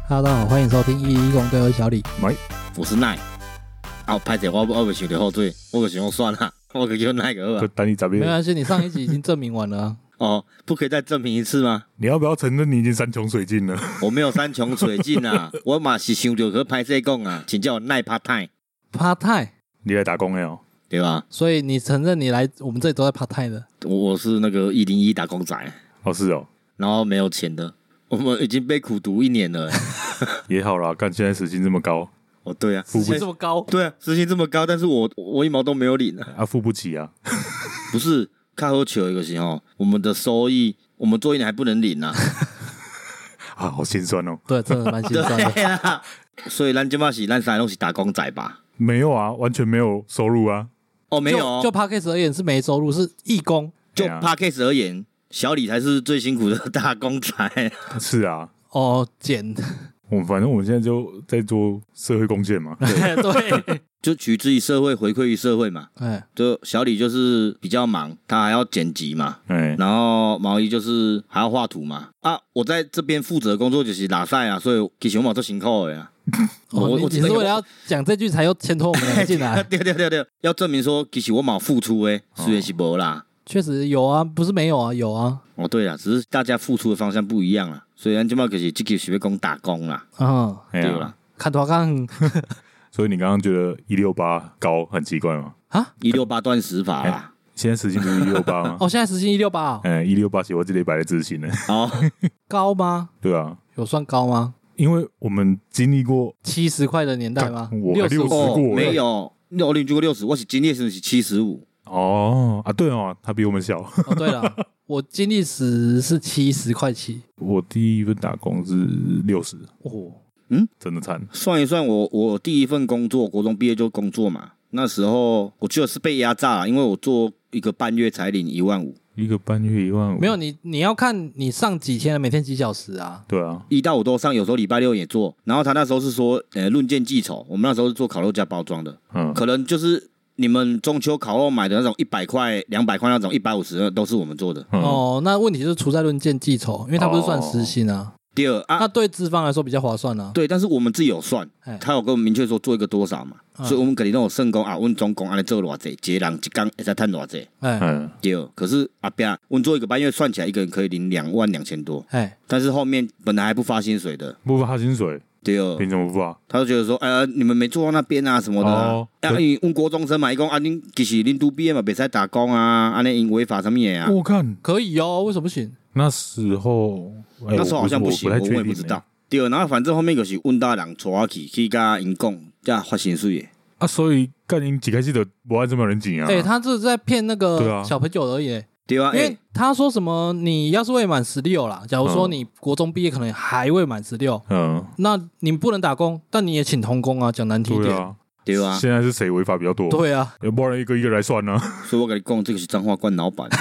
Hello， 大家好，欢迎收听111公队，我是小李。 我是奈。啊，拍者我未想到后缀，我就想算啦，我就叫奈个好啊。 等你10月。 没关系，你上一集已经证明完了啊。 哦，不可以再证明一次吗？ 你要不要承认你已经山穷水尽了？ 我没有山穷水尽啊，我嘛是想着和拍摄讲啊，请叫我奈 part time。part time， 你来打工了哦， 对吧？ 所以你承认你来我们这里都在 part time 的？ 我是那个101打工仔。 哦是哦， 然后没有钱的，我们已经被苦读1年了。 也好啦，看现在时薪这么高。 哦，对啊， 时薪这么高， 对啊，时薪这么高，但是我1毛都没有领啊， 付不起啊。 不是，看好球一个时候，我们的收益，我们做1年还不能领啊。 啊，好心酸哦。 对，真的蛮心酸的。 对啊，所以咱现在是咱三个都是打工仔吧？ 没有啊，完全没有收入啊。 哦，没有哦， 就 Podcast 而言是没收入，是义工。 就 Podcast 而言，小李才是最辛苦的打工仔。 是啊。 哦，减。 反正我们现在就在做社会贡献嘛。 对， 就取之于社会，回馈于社会嘛。就小李就是比较忙，他还要剪辑嘛。然后毛衣就是还要画图嘛。啊，我在这边负责的工作就是拉赛啊，所以其实我嘛做辛苦的呀。 你是为了要讲这句才又牵拖我们两个进来？ 对，要证明说其实我嘛付出诶，虽然是没啦。 确实有啊，不是没有啊，有啊。 哦，对啦，只是大家付出的方向不一样啦。所以咱今嘛就是这个是要讲打工啦。对啦， 看多刚。 所以你刚刚觉得168高很奇怪吗？ 啊 ，168断食法啦。 现在时薪不是168吗？ 哦，现在时薪168。 168是我这里摆的执行的。 哦， 高吗？ 对啊， 有算高吗？ 因为我们经历过 70块的年代吗？ 我还60过， 没有，我领过60，我是经历时是75。 哦啊，对哦，他比我们小。 哦，对了，我经历时是70块起。 我第一份打工是60。 哦， 真的惨。 算一算，我第一份工作，国中毕业就工作嘛。那时候我记得是被压榨了，因为我做1个半月才领15000。 1个半月15000？ 没有，你要看你上几天，每天几小时啊？ 对啊 ，1到5都上，有时候礼拜6也做。然后他那时候是说，论件计酬，我们那时候是做烤肉加包装的，可能就是你们中秋烤肉买的那种100块、200块那种150都是我们做的。 哦，那问题就是出在论件计酬，因为它不是算时薪啊。 第二啊， 那对资方来说比较划算啊。 对，但是我们自己有算，他有跟我们明确说做一个多少嘛，所以我们肯定都有算讲啊，我们总共安尼做偌济，一个人一天会使赚偌济。对，可是阿伯，我们做1个半月算起来，一个人可以领22000多。但是后面本来还不发薪水的， 不发薪水。 对， 凭什么不发？ 他就觉得说，你们没做到那边啊什么的啊。因为国中生嘛，伊讲啊，恁其实恁都毕业嘛，袂使打工啊，安尼因违法什么的啊。 我看可以哦，为什么不行？ 那时候好像不行，我也不知道。对，然后反正后面就是问大人带我去甲因讲，才发薪水的。 啊，所以干因一开始就不按这么人情啊。 他这是在骗那个小朋友而已。 对啊， 因为他说什么，你要是未满16啦，假如说你国中毕业可能还未满16，那你不能打工，但你也请童工啊，讲难听点。 对啊， 现在是谁违法比较多？ 对啊， 要不然一个一个来算呢。 所以我跟你讲，这个是彰化关老板。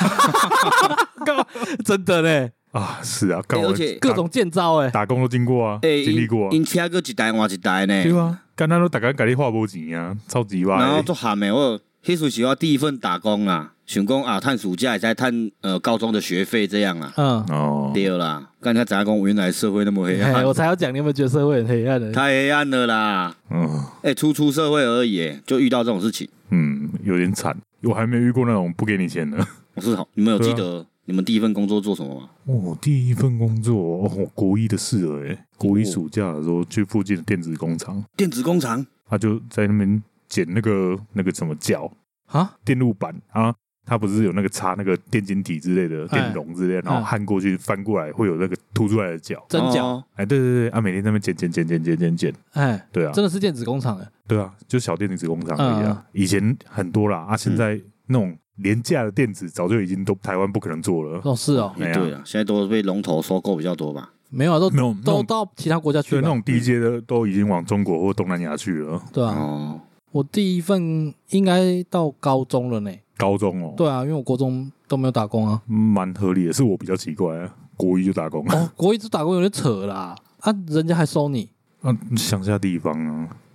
真的嘞啊，是啊， 而且各种见招打工都经过啊，经历过啊。 因车个一台换一台呢。 对啊，刚刚都大家给你花无钱啊，超级歪。 然后做喊的，我迄时是我第一份打工啊，想讲啊，趁暑假也在趁高中的学费这样啊。对啦，刚才讲原来社会那么黑暗， 我才要讲，你有没有觉得社会很黑暗的？ 太黑暗了啦。初社会而已，就遇到这种事情。 有点惨。我还没遇过那种不给你钱的。 我是好，你们有记得你们第一份工作做什么吗？ 第一份工作，国一的事了国一暑假的时候去附近的电子工厂。 电子工厂？ 他就在那边剪那个什么角啊， 电路板啊，他不是有那个插那个电晶体之类的电容之类的，然后焊过去翻过来会有那个凸出来的角， 真角。 对啊，每天在那边剪。对啊， 真的是电子工厂对啊，就小电子工厂而已啊。以前很多啦现在那种廉价的电子早就已经都台湾不可能做了。 是哦， 对啊，现在都被龙头收购比较多吧？ 没有，都到其他国家去了。 对，那种低阶的都已经往中国或东南亚去了。 对啊，我第一份应该到高中了呢。 高中哦？对啊，因为我国中都没有打工啊。 蛮合理的，是我比较奇怪啊，国一就打工。 国一就打工有点扯啦。人家还收你。 乡下地方啊。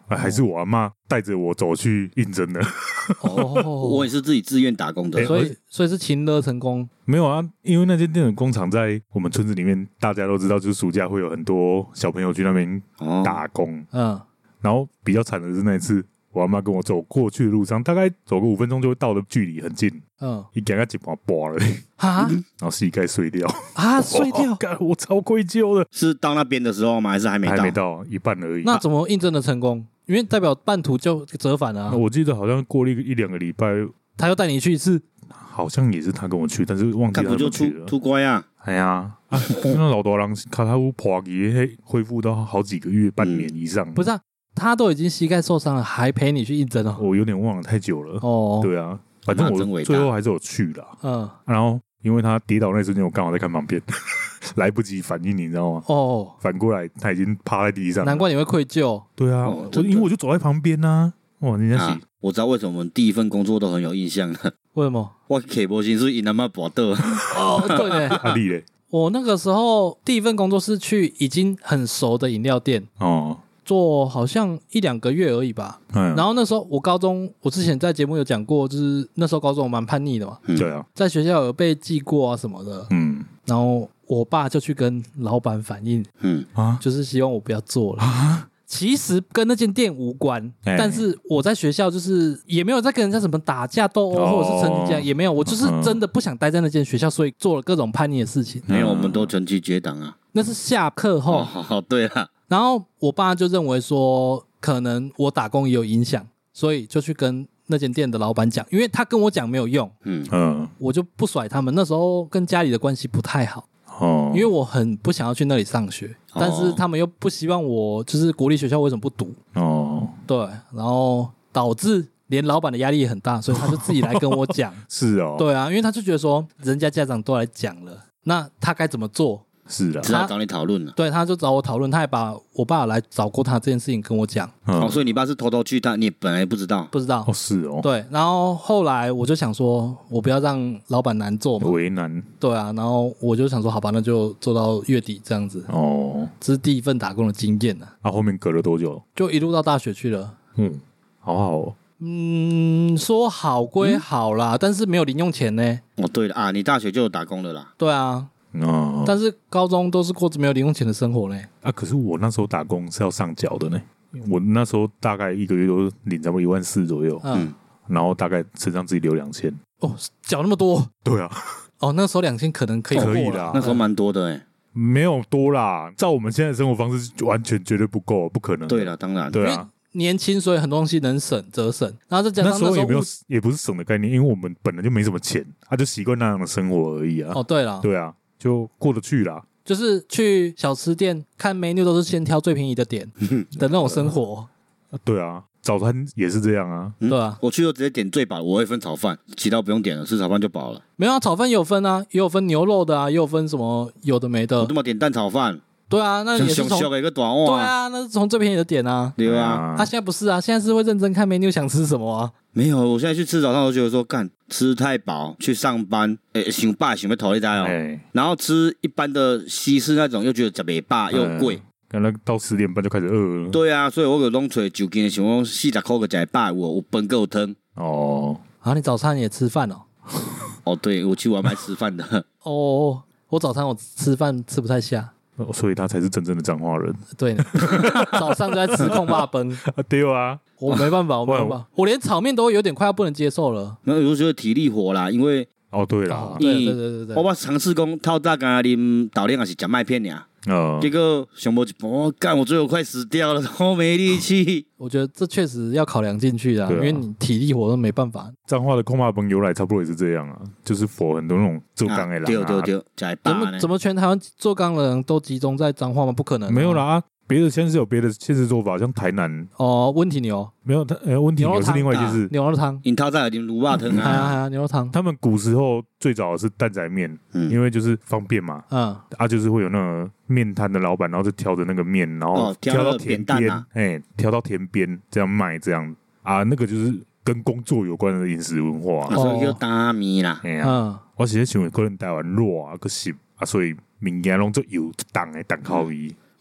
还是我阿嬷带着我走去应征的。 我也是自己自愿打工的， 所以是勤乐成功。 没有啊，因为那间电子工厂在我们村子里面，大家都知道，就是暑假会有很多小朋友去那边打工。然后比较惨的是那一次，我阿嬷跟我走过去的路上，大概走个5分钟就会到的距离很近。一给他一把拔了，然后膝盖碎掉碎掉， 我超愧疚的。 是到那边的时候吗？还是还没到？ 还没到，一半而已。 那怎么印证的成功？因为代表半途就折返了。 我记得好像过了一两个礼拜， 他又带你去一次， 好像也是他跟我去，但是忘记他就去了。 出乖啊！ 哎呀，那老大人卡他破皮，恢复到好几个月、半年以上。 不是啊，他都已经膝盖受伤了，还陪你去应征哦。 我有点忘了，太久了。对啊。反正我最后还是有去了，然后因为他跌倒那瞬间，我刚好在看旁边，来不及反应，你知道吗？反过来他已经趴在地上， 难怪你会愧疚。 对啊，因为我就走在旁边啊。哇，人家是， 我知道为什么我们第一份工作都很有印象了。 为什么？ 我刻薄心是因他妈搏斗。 对嘞， 阿力嘞， 我那个时候第一份工作是去已经很熟的饮料店做好像1-2个月而已吧。然后那时候我高中，我之前在节目有讲过，就是那时候高中我蛮叛逆的嘛。 对啊， 在学校有被记过啊什么的。然后我爸就去跟老板反映，就是希望我不要做了。其实跟那间店无关，但是我在学校就是也没有在跟人家什么打架斗殴，或者是成绩这样也没有，我就是真的不想待在那间学校，所以做了各种叛逆的事情。 没有，我们都成绩结党啊。 那是下课后。 对啊。 然后我爸就认为说，可能我打工也有影响，所以就去跟那间店的老板讲，因为他跟我讲没有用，我就不甩他们。那时候跟家里的关系不太好，因为我很不想要去那里上学，但是他们又不希望我就是国立学校为什么不读？对，然后导致连老板的压力也很大，所以他就自己来跟我讲。 是哦， 对啊，因为他就觉得说，人家家长都来讲了，那他该怎么做？ 是的， 他找你讨论了。 对，他就找我讨论，他也把我爸来找过他这件事情跟我讲。 所以你爸是偷偷去，你也本来不知道。 不知道。 是哦。 对，然后后来我就想说，我不要让老板难做嘛。 为难。对啊，然后我就想说，好吧，那就做到月底这样子。这是第一份打工的经验了。 后面隔了多久？ 就一路到大学去了。 好好哦。 说好归好啦，但是没有零用钱呢。 对了啊，你大学就有打工的啦。 对啊。但是高中都是过着没有零用钱的生活嘞。 可是我那时候打工是要上缴的呢。我那时候大概1个月都领差不多14000左右，然后大概身上自己留2000。 缴那么多？ 对啊。 那时候2000可能可以啦， 那时候蛮多的没有多啦，照我们现在的生活方式，完全绝对不够，不可能。 对啦，当然， 对啊。 年轻，所以很多东西能省则省，然后再加上那时候也不是省的概念，因为我们本来就没什么钱，就习惯那样的生活而已啊。 对了， 对啊。就过得去啦， 就是去小吃店看 menu 都是先挑最便宜的点的那种生活。 对啊，早餐也是这样啊。 对啊， 我去就直接点最饱，我会分炒饭，其他不用点了，吃炒饭就饱了。 没有啊，炒饭也有分啊，也有分牛肉的啊，也有分什么有的没的。 我这么点蛋炒饭。 对啊，那也是从一个短袜。 对啊，那是从最便宜的点啊。 对啊， 他现在不是啊，现在是会认真看 menu 想吃什么啊。 没有，我现在去吃早餐，我觉得说干吃太饱，去上班，想饱想要头一呆然后吃一般的西式那种，又觉得吃不饱又贵。 可能到10点半就开始饿了。 对啊，所以我就拢找就近的，想讲40块个吃饱，有饭够汤。 你早餐也吃饭哦？ 对，我去我买吃饭的。 我早餐我吃饭吃不太下。 所以他才是真正的彰化人。 对，早上就在吃控霸崩。 对啊， 我没办法，我连炒面都有点快要不能接受了。 那有时候体力活啦，因为对啦， 对， 我把尝试讲透早干啉豆奶还是吃麦片呀。结果想不干，我最后快死掉了，都没力气。 我觉得这确实要考量进去的，因为你体力活都没办法。 彰化的控霸崩由来差不多也是这样啊，就是佛很多那种做钢的人。 对， 怎么全台湾做钢的人都集中在彰化吗？不可能。 没有啦，别的县市有别的县市做法，像台南温体牛没有，温体牛是另外一件事。 牛肉汤， 因头在啉卤肉汤啊，牛肉汤。 他们古时候最早的是担仔面，因为就是方便嘛，就是会有那个面摊的老板，然后就挑着那个面，然后挑到田边，挑到田边这样卖，这样那个就是跟工作有关的饮食文化。 所以叫打面啦。 我是想可能台湾热个湿所以物件拢做油重的重口味。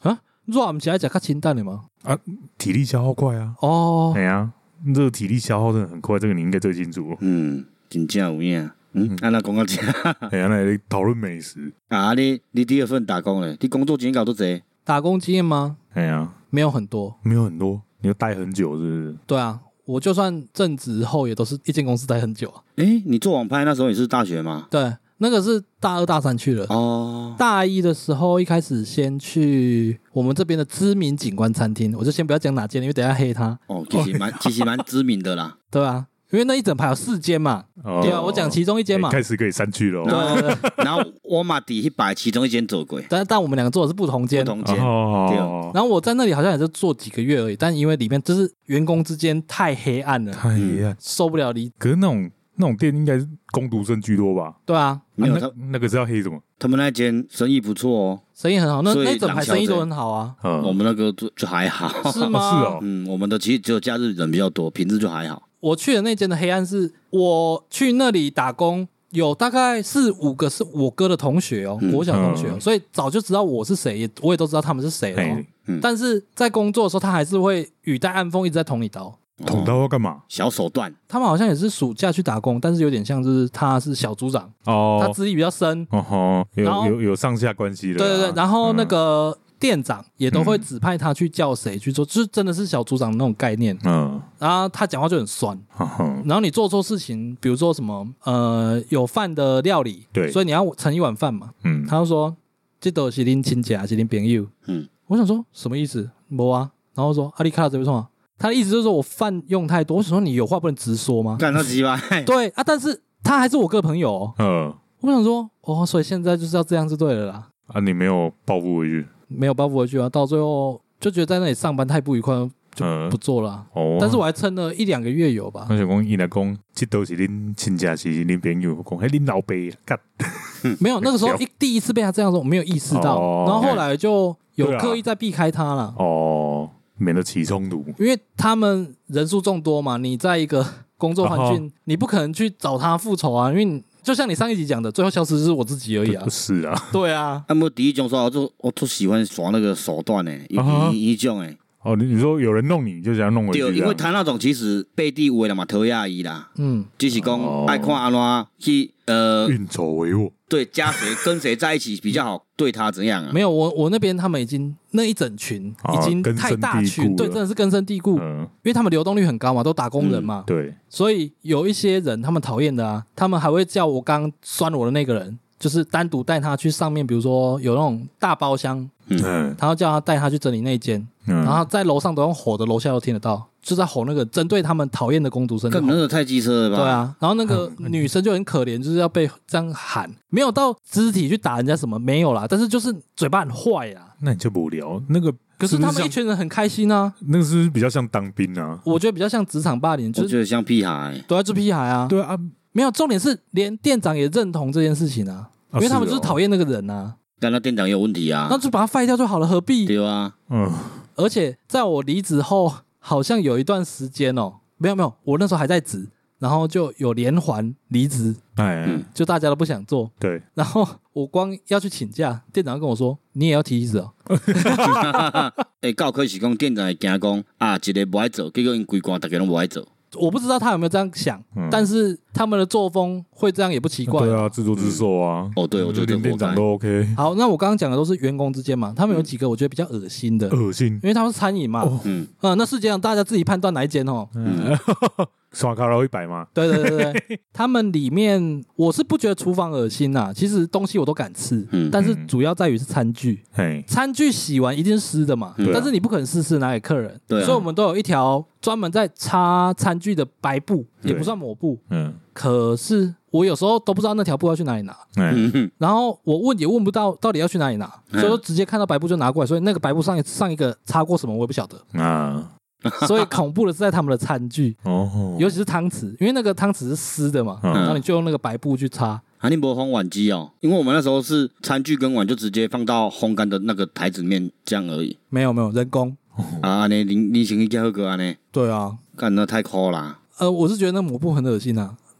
热不是爱吃较清淡的吗？ 啊，体力消耗快啊。哦，哎呀，这个体力消耗真的很快，这个你应该最清楚。 真正有影。那讲到这， 哎呀，那讨论美食啊，你第二份打工嘞？你工作经验搞多少？ 打工经验吗？ 哎呀， 没有很多， 没有很多，你要待很久是不是？ 对啊，我就算正职后也都是一间公司待很久啊。 你做网拍那时候也是大学吗？ 对，那个是大2大3去了。哦，大1的时候一开始先去我们这边的知名景观餐厅，我就先不要讲哪间，因为等一下黑他。 哦，其实蛮知名的啦。 对啊。因为那一整排有4间嘛，对啊，我讲其中一间嘛， 开始可以删去了。 对， 然后我嘛第一排其中一间做过， 但我们2个做的是不同间，对。然后我在那里好像也是做几个月而已，但因为里面就是员工之间太黑暗了， 太黑暗， 受不了离。 可是那种店应该是工读生居多吧？ 对啊， 没有那个是要黑什么？ 他们那间生意不错哦， 生意很好，那一整排生意都很好啊。 我们那个就还好， 是吗？ 是哦， 我们的其实只有假日人比较多，平日就还好。 我去的那间的黑暗是，我去那里打工，有大概4、5个是我哥的同学哦，国小同学哦，所以早就知道我是谁，我也都知道他们是谁了哦。但是在工作的时候，他还是会语带暗讽，一直在捅你刀。 捅刀要干嘛？ 小手段。 他们好像也是暑假去打工，但是有点像就是他是小组长哦，他资历比较深哦，有上下关系的。 对对对，然后那个。店长也都会指派他去叫谁去做，就是真的是小组长那种概念。然后他讲话就很酸。然后你做错事情，比如说什么有饭的料理，对，所以你要盛1碗饭嘛。他就说这都是恁亲戚还是恁朋友？我想说什么意思？没啊。然后说你看到这边说，他的意思就是说我饭用太多。我想说你有话不能直说吗？ 干到鸡巴。 对啊，但是他还是我哥朋友。我想说所以现在就是要这样就对了啦。 啊，你没有报复回去？ 没有报复回去啊，到最后就觉得在那里上班太不愉快，就不做了。但是我还撑了1、2个月有吧。 我想讲，伊来讲，这都是恁亲戚，是恁朋友，讲，恁老爸干。 没有，那个时候第一次被他这样说，我没有意识到，然后后来就有刻意在避开他了。 免得起冲突。 因为他们人数众多嘛，你在一个工作环境，你不可能去找他复仇啊，因为就像你上一集讲的，最后消失是我自己而已啊。 不是啊， 对啊。 那么第一种说，我就喜欢耍那个手段呢，一种哎。 你说有人弄你就想弄回去。 对，因为他那种其实背地为了嘛讨亚伊啦，只是讲爱看安怎去运筹帷幄。 对，加谁跟谁在一起比较好，对他怎样啊？ 没有，我那边他们已经那一整群已经太大群，对，真的是根深蒂固。因为他们流动率很高嘛，都打工人嘛， 对，所以有一些人他们讨厌的啊，他们还会叫我刚酸我的那个人，就是单独带他去上面，比如说有那种大包厢，他要叫他带他去整理那间，然后在楼上都用吼的，楼下都听得到，就在吼那个针对他们讨厌的工读生。 可能太机车了吧？ 对啊，然后那个女生就很可怜，就是要被这样喊，没有到肢体去打人家什么，没有啦，但是就是嘴巴很坏啦。 那你就无聊那个。 可是他们一群人很开心啊， 那个是不是比较像当兵啊？ 我觉得比较像职场霸凌， 我觉得像屁孩， 对啊，就屁孩啊， 对啊， 没有重点是连店长也认同这件事情啊，因为他们就是讨厌那个人啊。 但那店长也有问题啊， 那就把他废掉就好了，何必？ 对啊， 而且在我离职后，好像有一段时间没有，我那时候还在职。然后就有连环离职，就大家都不想做。 对， 然后我光要去请假，店长跟我说：“你也要提离职哦。” 够可是讲店长会惊讲啊，一个不爱做，结果因规关大家都不爱做。 我不知道他有没有这样想，但是他们的作风会这样也不奇怪。 对啊，自作自受啊。 对，我觉得店长都 OK。 好，那我刚刚讲的都是员工之间嘛，他们有几个我觉得比较恶心的，因为他们是餐饮嘛。那世界上大家自己判断哪一间刷卡拉100吗？ 对，他们里面我是不觉得厨房恶心呐，其实东西我都敢吃，但是主要在于是餐具，餐具洗完一定是湿的嘛，但是你不可能湿拿给客人，所以我们都有一条专门在擦餐具的白布，也不算抹布，可是我有时候都不知道那条布要去哪里拿，然后我问也问不到到底要去哪里拿，所以就直接看到白布就拿过来，所以那个白布上一个擦过什么我也不晓得啊。所以恐怖的是在他们的餐具，尤其是汤匙，因为那个汤匙是湿的嘛，然后你就用那个白布去擦。 你没有烘碗机哦，因为我们那时候是餐具跟碗就直接放到烘干的那个台子里面这样而已。 没有人工啊，你请一家喝个啊呢？ 对啊， 干那太抠啦。 我是觉得那抹布很恶心啊。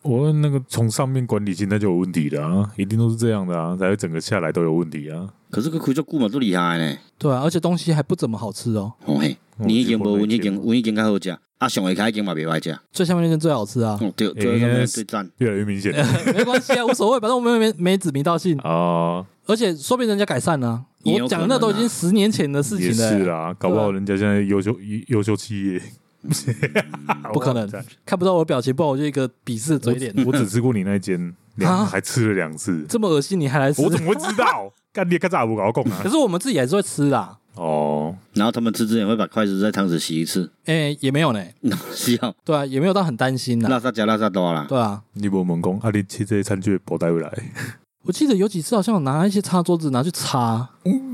我那个从上面管理现在就有问题的啊，一定都是这样的啊，才会整个下来都有问题啊。 可是个开足久嘛，都厉害呢。 对啊，而且东西还不怎么好吃哦。 哦嘿，你已经无阮已经较好食，啊上回开已经嘛袂歹食。 最下面那间最好吃啊。 对，最下面最赞， 越来越明显。 没关系啊，无所谓，反正我们没指名道姓哦。 而且说不定人家改善了、啊，我讲的那都已经10年前的事情了、 是啦，搞不好人家现在优秀企业。 不可能，看不到我的表情，不然我就一个鄙视的嘴脸。 我只吃过你那间，还吃了2次， 这么恶心你还来吃？ 我怎么会知道？干你看咋不搞讲啊？ 可是我们自己还是会吃啦。 哦， 然后他们吃之前会把筷子在汤匙洗一次。 也没有呢。 是啊， 对啊，也没有到很担心啦。 垃圾加垃圾多啦。 对啊， 你无问讲啊？你吃这些餐具不带回来？ 我记得有几次好像有拿一些擦桌子拿去擦。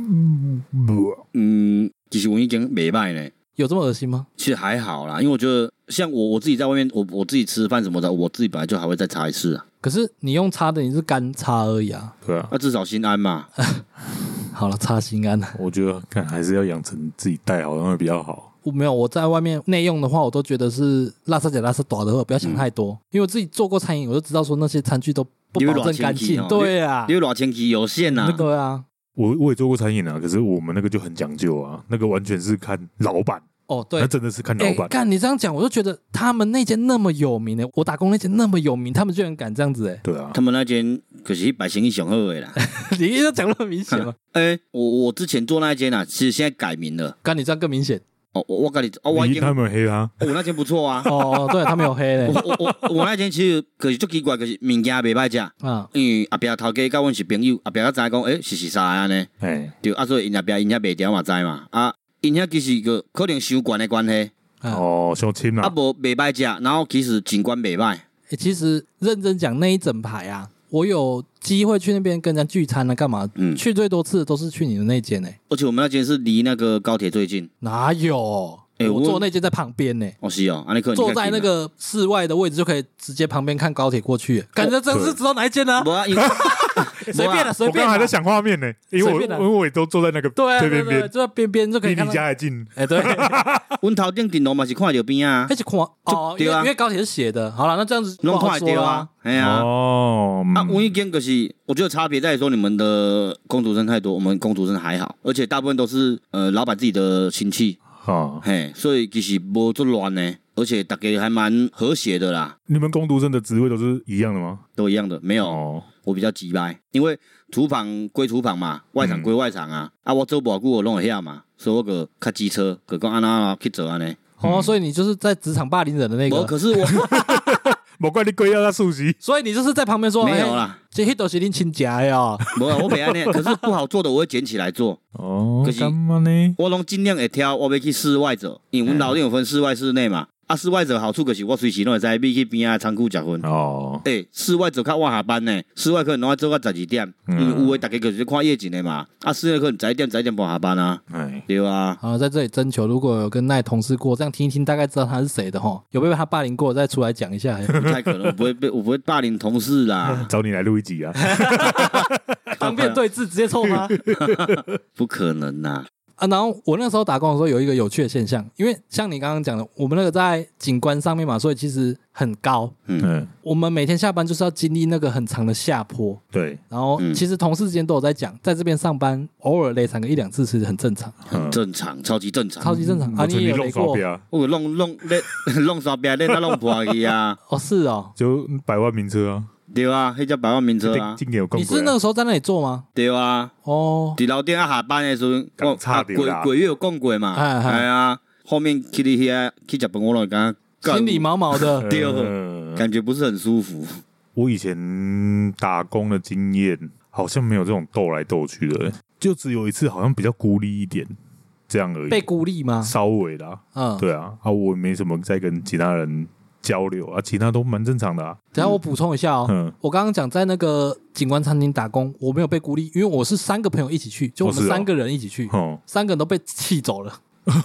其实我已经没卖呢。 有这么恶心吗？ 其实还好啦，因为我觉得像我自己在外面，我自己吃饭什么的，我自己本来就还会再擦一次啊。 可是你用擦的，你是干擦而已啊。 对啊， 那至少心安嘛。 好了，擦心安。 我觉得看还是要养成自己带，好像会比较好。 我没有，我在外面内用的话，我都觉得是垃圾加垃圾多的，不要想太多。因为我自己做过餐饮，我就知道说那些餐具都不保证干净。对啊， 因为偌清气有限啊。 对啊， 我也做过餐饮啊，可是我们那个就很讲究啊，那个完全是看老板。 哦，对， 那真的是看老板。 干你这样讲，我就觉得他们那间那么有名的，我打工那间那么有名，他们居然敢这样子对啊， 他们那间可是百生意上好的啦。 你一直讲那么明显吗？ 我之前做那一间啊，其实现在改名了。 干你这样更明显。 哦，我跟你他们有黑啊。 我那间不错啊。 哦，对他们有黑嘞。 我那间其实可是最奇怪，可是物件袂歹食。因为后壁头家甲阮是朋友，后壁才知讲，是啥安尼。对啊，所以因后壁因遐卖条嘛知嘛啊。因遐其实个可能伤悬的关系， 伤亲啦， 无袂歹食，然后其实景观袂歹。 其实认真讲那一整排啊，我有机会去那边跟人家聚餐啊，干嘛？去最多次的都是去你的那间而且我们那间是离那个高铁最近。 哪有？我坐那间在旁边呢。 是哦， 坐在那个室外的位置就可以直接旁边看高铁过去。感觉真是知道哪一间呢？随便了，随便。 我刚还在想画面呢，因为我也都坐在那个最边边， 就在边边就可以看。 离你家还近。 对。 阮头顶顶楼嘛是看到边啊， 那是看哦，因为高铁是斜的。好了，那这样子弄看得到啊。哎呀，我一间可是，我觉得差别在于说你们的工读生太多，我们工读生还好，而且大部分都是老板自己的亲戚。所以其实无做乱呢，而且大家还蛮和谐的啦。 你们工读生的职位都是一样的吗？ 都一样的，没有。我比较急掰，因为厨房归厨房嘛，外场归外场啊。我做偌久我弄会遐嘛，所以我个较机车，个讲安那去做安尼。 所以你就是在职场霸凌人的那个。 可是我。 莫怪你鬼要他熟悉， 所以你就是在旁边说没有啦， 这些都是你亲家呀。 没有，我不安尼，可是不好做的我会捡起来做。 可是干嘛呢？ 我拢尽量会挑，我要去室外做，因为我们老店有分室外室内嘛。室外做好处就是我随时拢会在去边仔仓库食饭。室外做较晚下班呢，室外可能拢要做到12点，因为有的大家就是看夜景的嘛。室内可能11点半下班啊。对啊。好， 在这里征求，如果有跟那同事过，这样听一听，大概知道他是谁的齁。有被他霸凌过，再出来讲一下。 不太可能，我不会霸凌同事啦。 找你来录一集啊， 方便对峙，直接凑他。 不可能呐。 然后我那时候打工的时候有一个有趣的现象，因为像你刚刚讲的，我们那个在景观上面嘛，所以其实很高。我们每天下班就是要经历那个很长的下坡。 对。 然后其实同事之间都有在讲，在这边上班偶尔累惨个1-2次是很正常。 很正常，超级正常。 超级正常啊！你也有累过？ 我弄刷边，那弄破去啊！ 是哦， 就100万名车啊。 对啊，那叫100万名车啊！ 你是那个时候在那里做吗？ 对啊。在楼顶下班的时候，鬼月有讲过嘛？啊，后面去你遐去食饭，我都感觉心里毛毛的， 对，感觉不是很舒服。 我以前打工的经验好像没有这种斗来斗去的，就只有一次好像比较孤立一点这样而已。 被孤立吗？ 稍微啦。对啊，我没什么在跟其他人交流啊，其他都蛮正常的啊。 等一下我补充一下我刚刚讲在那个景观餐厅打工，我没有被孤立，因为我是3个朋友一起去，就我们3个人一起去，3个人都被气走了。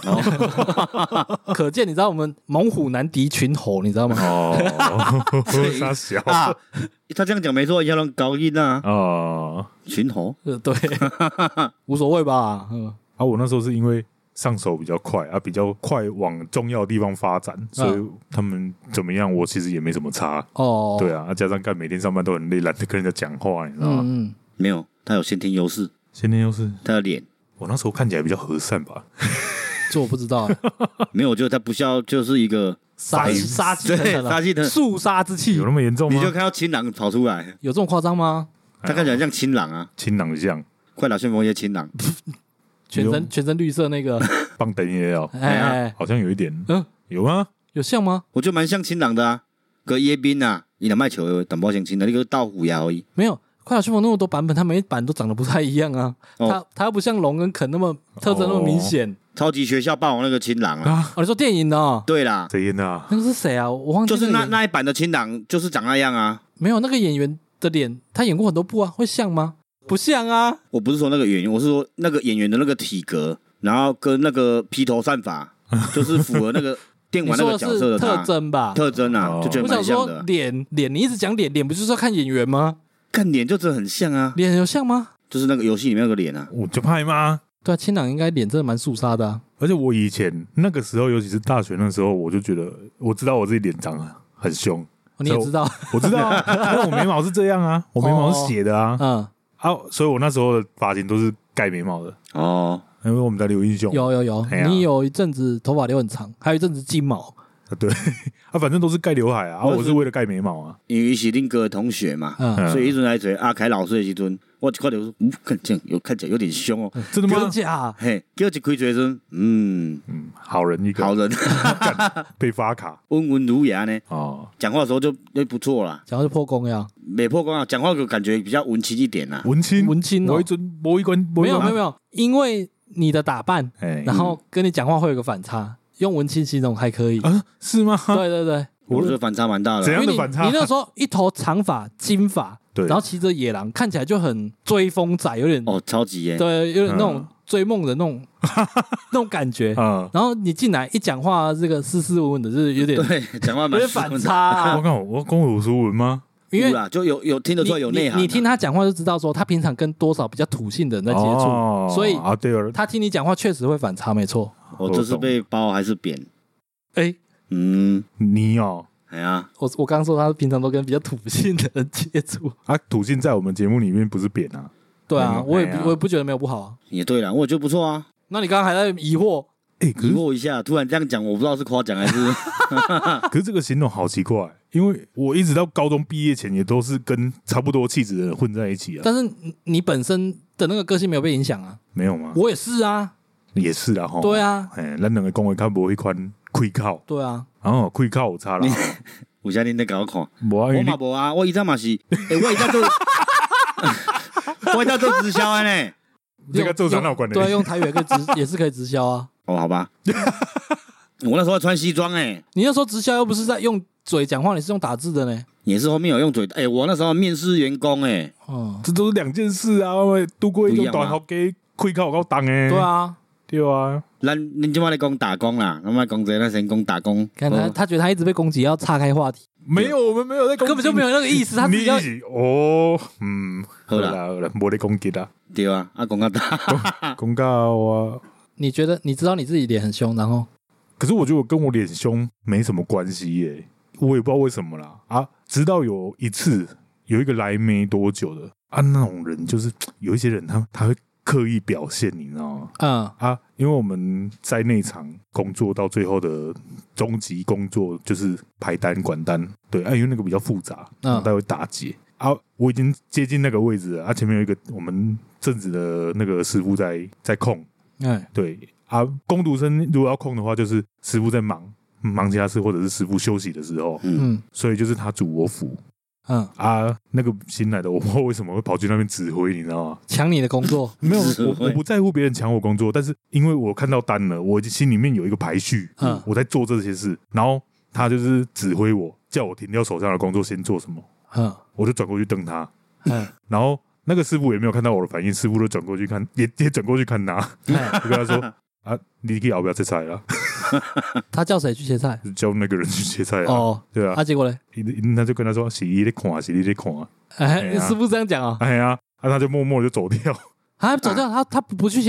可见你知道我们猛虎难敌群猴，你知道吗？ 傻小他这样讲没错，要让高音啊。群猴， 对，无所谓吧。 我那时候是因为上手比较快啊，比较快往重要的地方发展，所以他们怎么样，我其实也没什么差哦。对啊，加上每天上班都很累，懒得跟人家讲话，你知道吗？ 没有，他有先天优势，他的脸， 我那时候看起来比较和善吧。 这我不知道， 没有，我觉得他不像就是一个杀气腾腾，肃杀之气， 有那么严重吗？ 你就看到青狼跑出来， 有这么夸张吗？ 他看起来像青狼啊， 青狼像快打旋风夜青狼， 全身绿色那个棒灯也有，好像有一点，有吗？ 有像吗？ 我觉得蛮像青狼的啊，个叶斌啊，你的卖球淡薄像青狼，那个倒虎牙而已， 没有。快打旋风那么多版本，它每一版都长得不太一样啊。它又不像龙跟肯那么特征那么明显。 超级学校霸王那个青狼啊， 你说电影的？ 对啦， 谁演的啊？ 那个是谁啊？我忘记。 就是那一版的青狼，就是长那样啊。 没有那个演员的脸，他演过很多部啊，会像吗？不像啊。 我不是说那个演员，我是说那个演员的那个体格，然后跟那个披头散发，就是符合那个电玩那个角色的特征吧？ 特征啊，就觉得蛮像的。 我想说脸，你一直讲脸不就是要看演员吗？ 看脸就真的很像啊， 脸有像吗？ 就是那个游戏里面那个脸啊， 我就拍吗？ 对啊，青狼应该脸真的蛮肃杀的啊。 而且我以前那个时候，尤其是大学那时候，我就觉得我知道我自己脸长得很凶。 你也知道？ 我知道啊，因为我眉毛是这样啊，我眉毛是斜的啊，所以我那时候的发型都是盖眉毛的哦。因为我们在留英雄， 有，你有一阵子头发留很长，还有一阵子金毛。 对，反正都是盖刘海啊，我是为了盖眉毛啊。 因为是恁哥的同学嘛，所以一直来追阿凯老师的时阵，我就看到说，看起来有点凶哦。 真的吗？ 真假？ 嘿，叫一开嘴说， 好人一个， 好人被发卡， 温文儒雅呢。哦，讲话的时候就不错啦， 讲话就破功呀， 没破功啊，讲话就感觉比较文青一点啦。 文青哦， 没有，因为你的打扮，然后跟你讲话会有个反差。用文青形容还可以啊？是吗？ 对， 我觉得反差蛮大的。 怎样的反差？ 你那时候一头长发金发，对，然后骑着野狼，看起来就很追风仔，有点超级耶， 对，有点那种追梦的那种感觉。然后你进来一讲话，这个斯斯文文的，就是有点对，讲话有点反差。 我看我公有斯文吗？ 因为就有听得出来有内涵。 你听他讲话就知道说他平常跟多少比较土性的人在接触，所以他听你讲话确实会反差，没错。 我这是被包还是扁？ 你哦， 哎呀， 我刚刚说他平常都跟比较土性的人接触啊，土性在我们节目里面不是扁啊。 对啊，我也不觉得没有不好啊。 也对啦，我觉得不错啊。 那你刚刚还在疑惑？ 疑惑一下，突然这样讲，我不知道是夸奖还是。 可是这个形容好奇怪，因为我一直到高中毕业前也都是跟差不多气质的人混在一起啊。 但是你本身的那个个性没有被影响啊？ 没有吗？ 我也是啊。 也是啊，吼。 对啊， 咱两个讲话较无迄款开口。 对啊， 然后开口有差啦。 有啥恁在搞我看？ 我嘛无啊，我以前嘛是，我以前做，我以前做直销呢。 这个做啥有关的？ 对，用台语也是可以直销啊。 哦，好吧。我那时候穿西装你那时候直销又不是在用嘴讲话，你是用打字的呢。 也是后面有用嘴，我那时候面试员工这都是两件事啊。度过一种大学给开口够重诶。 对啊。 对啊， 恁今晚在讲打工啦，我们讲这，那先讲打工。 看他觉得他一直被攻击，要岔开话题。 没有，我们没有在攻击， 根本就没有那个意思。他自己要好啦，没在攻击啦。 对啊，讲到大， 讲到我。 你觉得你知道你自己脸很凶，然后？ 可是我觉得我跟我脸凶没什么关系耶，我也不知道为什么啦。直到有一次有一个来没多久的那种人，就是有一些人他会刻意表现，你知道吗？因为我们在内场工作到最后的终极工作就是排单管单，对因为那个比较复杂，他会打结我已经接近那个位置了，前面有一个我们正职的那个师傅在控，对工读生如果要控的话，就是师傅在忙其他事，或者是师傅休息的时候，所以就是他主我辅。那个新来的，我不知道为什么会跑去那边指挥，你知道吗？ 抢你的工作？ 没有，我不在乎别人抢我工作，但是因为我看到单了，我心里面有一个排序，我在做这些事，然后他就是指挥我，叫我停掉手上的工作，先做什么，我就转过去瞪他，然后那个师傅也没有看到我的反应，师傅就转过去看，也转过去看他，就跟他说你可以要不要切菜了？ 他叫谁去切菜？ 叫那个人去切菜啊。对啊。 结果呢？ 他就跟他说：“是你在看，是你在看。” 师傅这样讲啊？ 他就默默就走掉。 走掉，他不去切菜？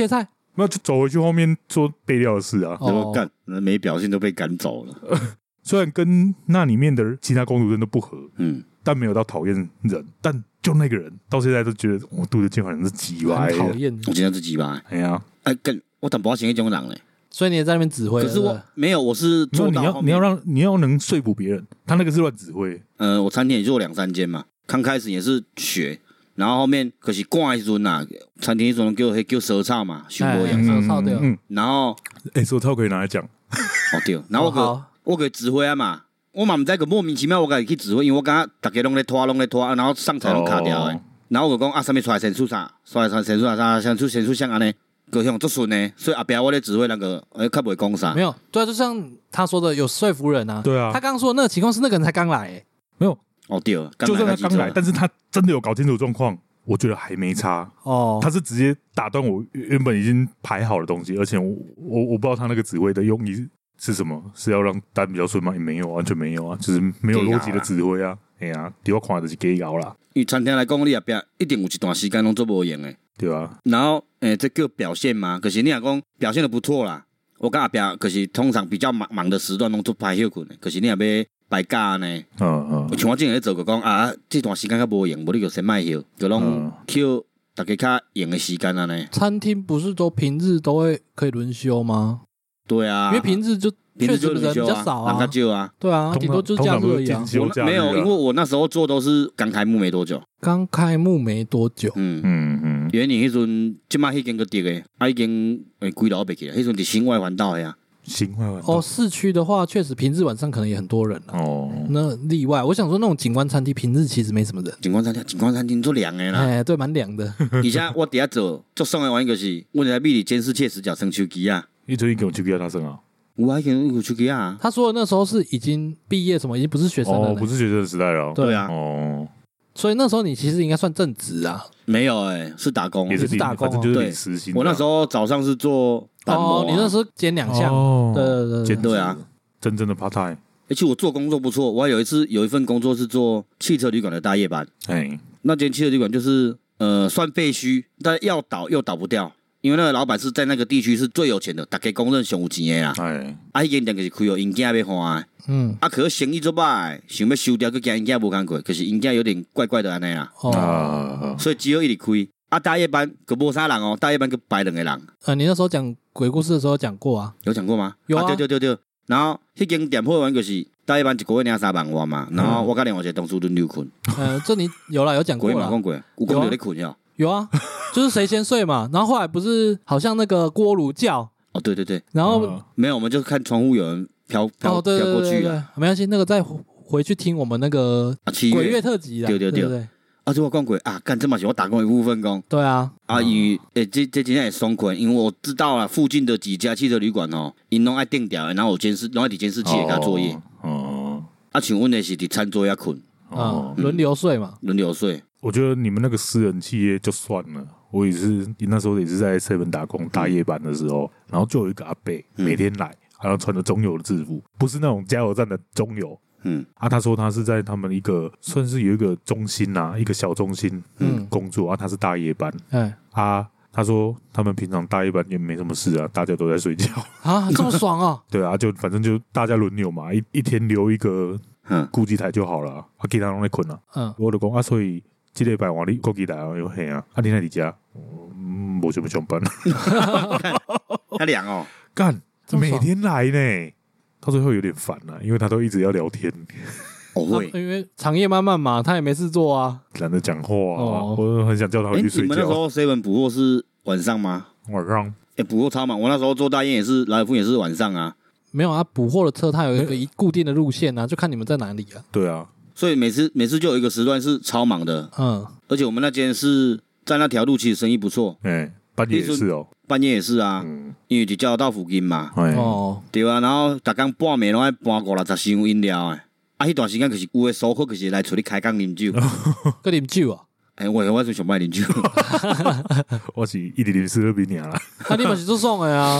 那就走回去后面做备料的事啊。 怎么干？没表现都被赶走了。 虽然跟那里面的其他工读生都不合，但没有到讨厌人，但就那个人到现在都觉得我杜德建好像是鸡巴， 讨厌。 我今天是鸡巴， 哎呀， 我但不要像那种人嘞。 所以你也在那边指挥， 可是我没有，我是做到你要能说服别人，他那个是乱指挥。 我餐厅也做2-3间嘛，刚开始也是学，然后后面可是赶的时阵啊，餐厅那种叫蛇草嘛，修无样蛇草对， 然后蛇草可以拿来讲， 对，然后我可以指挥啊嘛，我嘛唔知个莫名其妙我可以去指挥，因为我感觉大家拢在拖，然后上台拢卡掉的，然后我就讲啊，上面出来先出啥，先出像安尼。个向足顺呢，所以阿彪我咧指挥那个，较不会讲啥。 没有，对啊，就像他说的，有说服人啊。 对啊， 他刚刚说的那个情况是那个人才刚来， 没有。 对， 就算他刚来，但是他真的有搞清楚状况，我觉得还没差。他是直接打断我原本已经排好的东西，而且我不知道他那个指挥的用意是什么，是要让单比较顺吗？也没有，完全没有啊，就是没有逻辑的指挥啊。哎呀，对我看就是假搞啦。 因为餐厅来讲，你阿彪一定有一段时间拢做无用的。 对啊， 然后这个表现嘛，可是你若讲表现的不错啦，我跟阿彪可是通常比较忙的时段拢做排休困的，可是你若要摆假呢，像我之前咧做个讲啊，这段时间较无用，无你就先卖休，就拢扣大家较用的时间啊呢。 餐厅不是都平日都会可以轮休吗？ 对啊， 因为平日就确实人比较少啊， 人较少啊， 对啊，顶多就是假日而已啊。 没有，因为我那时候做都是刚开幕没多久。 刚开幕没多久， 因为你迄阵即摆迄间个跌的，已经几楼袂起来，迄阵伫新外环道的呀。 新外环道市区的话，确实平日晚上可能也很多人了。那例外，我想说那种景观餐厅平日其实没什么人。景观餐厅做凉的啦， 对，蛮凉的。 而且我底下做爽的玩意就是，我在米里监视切实脚生手机啊。 你最近给我手机他生啊？ 我还跟有手机啊。 他说的那时候是已经毕业，什么已经不是学生了， 不是学生的时代了。 对啊， 所以那时候你其实应该算正职啊。 没有是打工， 也是打工，就是领时薪。 我那时候早上是做板模， 你那时候兼2项， 对啊， 真正的 part time。 而且我做工作不错，我还有一份工作是做汽车旅馆的大夜班。那间汽车旅馆就是算废墟，但要倒又倒不掉。因为那个老板是在那个地区是最有钱的，大家公认上有钱的啦。迄间店就是开哦，因囝要花的。可是生意做歹，想要收掉，佮惊因囝无工过，可是因囝有点怪怪的安尼啦。所以只有一直开。大夜班佮无啥人哦，大夜班佮摆2个人。 你那时候讲鬼故事的时候讲过啊？ 有讲过吗？ 有啊， 对。然后迄间店铺完就是大夜班一个月领3万块嘛，然后我甲另外一个同事轮流困。 这你有啦，有讲过啦。 讲过，有讲到咧困呀。 有啊，就是谁先睡嘛，然后后来不是好像那个锅炉叫对， 然后没有，我们就看窗户有人飘过去啊， 没关系，那个再回去听我们那个鬼月特辑啦， 对，就我讲过啊，干这么久我打工一部分工， 对啊， 因为这今天也松困，因为我知道了附近的几家汽车旅馆哦，因拢爱定掉，然后有监视，拢爱伫监视器给他作业，像阮的是伫餐桌遐困， 轮流睡嘛， 轮流睡。 我觉得你们那个私人企业就算了，我也是那时候也是在 7 打工大夜班的时候，然后就有一个阿伯每天来，然后穿着中油的制服，不是那种加油站的中油。他说他是在他们一个算是有一个中心啊，一个小中心工作他是大夜班。他说他们平常大夜班也没什么事啊，大家都在睡觉啊，这么爽啊？ 对啊，就反正就大家轮流嘛，一天留一个顾机台就好了，其他拢在困啊。我就讲所以。这礼拜我你过去来有嘿啊，你在你家，没什么上班， 他凉哦， 干每天来呢，到最后有点烦了，因为他都一直要聊天。 会， 因为长夜漫漫嘛，他也没事做啊， 懒得讲话啊，我很想叫他回去睡觉。 你们那时候 7 补货是晚上吗？ 晚上， 补货超忙，我那时候做大宴也是，来福也是晚上啊。 没有啊，补货的车它有一个固定的路线啊，就看你们在哪里啊。 对啊。 所以每次就有一个时段是超忙的，而且我们那间是在那条路，其实生意不错， 半夜也是哦， 半夜也是啊，因为就叫到附近嘛，对啊，然后逐工半暝拢爱搬50-60箱饮料迄段时间就是有的租客就是来厝里开工啉酒， 搁啉酒啊， 我是上摆啉酒， 我是一直啉4-2冰尔啦， 你嘛是做爽的啊。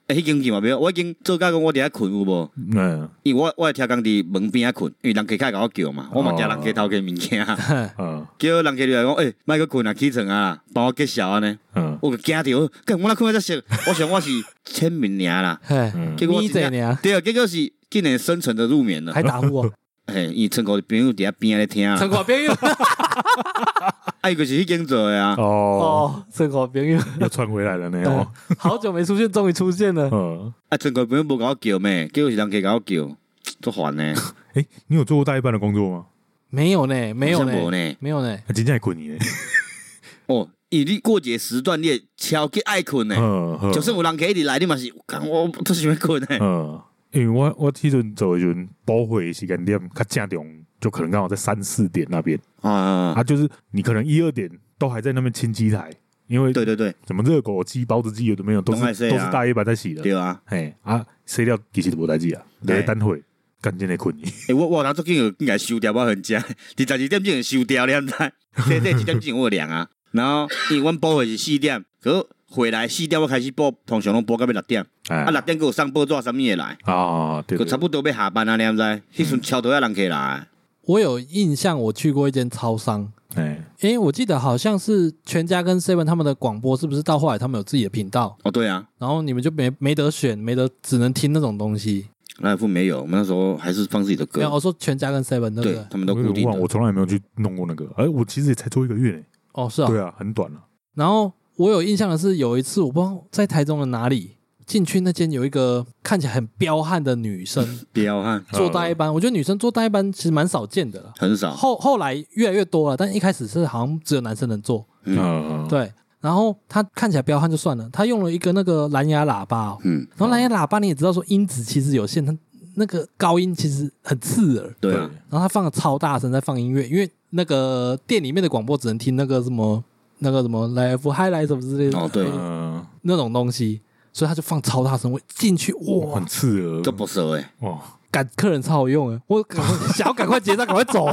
迄间去嘛袂，我已经做甲讲我伫遐困有无？因为我听讲伫门边仔困，因为人客开甲我叫嘛，我嘛惊人客偷个物件，叫人客入来讲，莫去困啊，起床啊，帮我揭晓安尼。我个惊着，干我哪困得遮熟？我想我是签名尔啦， 结果对，结果是竟然深沉的入眠了， 还打呼哦。 因为村口的朋友伫遐边咧听， 村口朋友， 就是迄间做的啊。 村口朋友又传回来了呢。 好久没出现，终于出现了。 村口朋友无甲我叫咩？结果是人家甲我叫，足烦呢。 你有做过大夜班的工作吗？ 没有呢，没有呢， 没有呢。 真正会困你呢。 因为你过节时段你会超级爱困呢。就算有人客一直来，你嘛是，我都是想困呢。 因为我迄阵做的时阵，补会时间点较正中，就可能刚好在3、4点那边就是你可能1、2点都还在那边清机台，因为对， 什么热狗机、包子机有的没有，都是大夜班在洗的。 对啊， 洗了其实都无代志啊，在等会干真的困你。 我那最近应该收掉，我很正，12点钟收掉，你知？这1点钟我量啊，然后因为阮补会是4点，可回来4点我开始播，通常拢播到要6点，6点给我上报纸什么也来对， 差不多要下班啊，你知？迄阵超多人客来。 我有印象，我去过一间超商，我记得好像是全家跟 Seven 他们的广播，是不是到后来他们有自己的频道？ 对啊， 然后你们就没得选，只能听那种东西。 那副没有，我们那时候还是放自己的歌。 没有，我说全家跟 Seven 那个， 对，他们都固定的。 我从来没有去弄过那个，我其实也才做1个月呢。 是啊， 对啊，很短了。 然后我有印象的是，有一次我不知道在台中的哪里进去，那间有一个看起来很彪悍的女生， 彪悍做大夜班。我觉得女生做大夜班其实蛮少见的了， 很少。 后来越来越多了，但一开始是好像只有男生能做。对。然后她看起来彪悍就算了，她用了一个那个蓝牙喇叭，然后蓝牙喇叭你也知道说音质其实有限，它那个高音其实很刺耳， 对啊。 然后她放的超大声在放音乐，因为那个店里面的广播只能听那个什么 Live Highlight 什么之类的， 对， 那种东西，所以他就放超大声，我进去哇， 很刺耳， 这不熟哇， 赶客人超好用我想要赶快结账，赶快走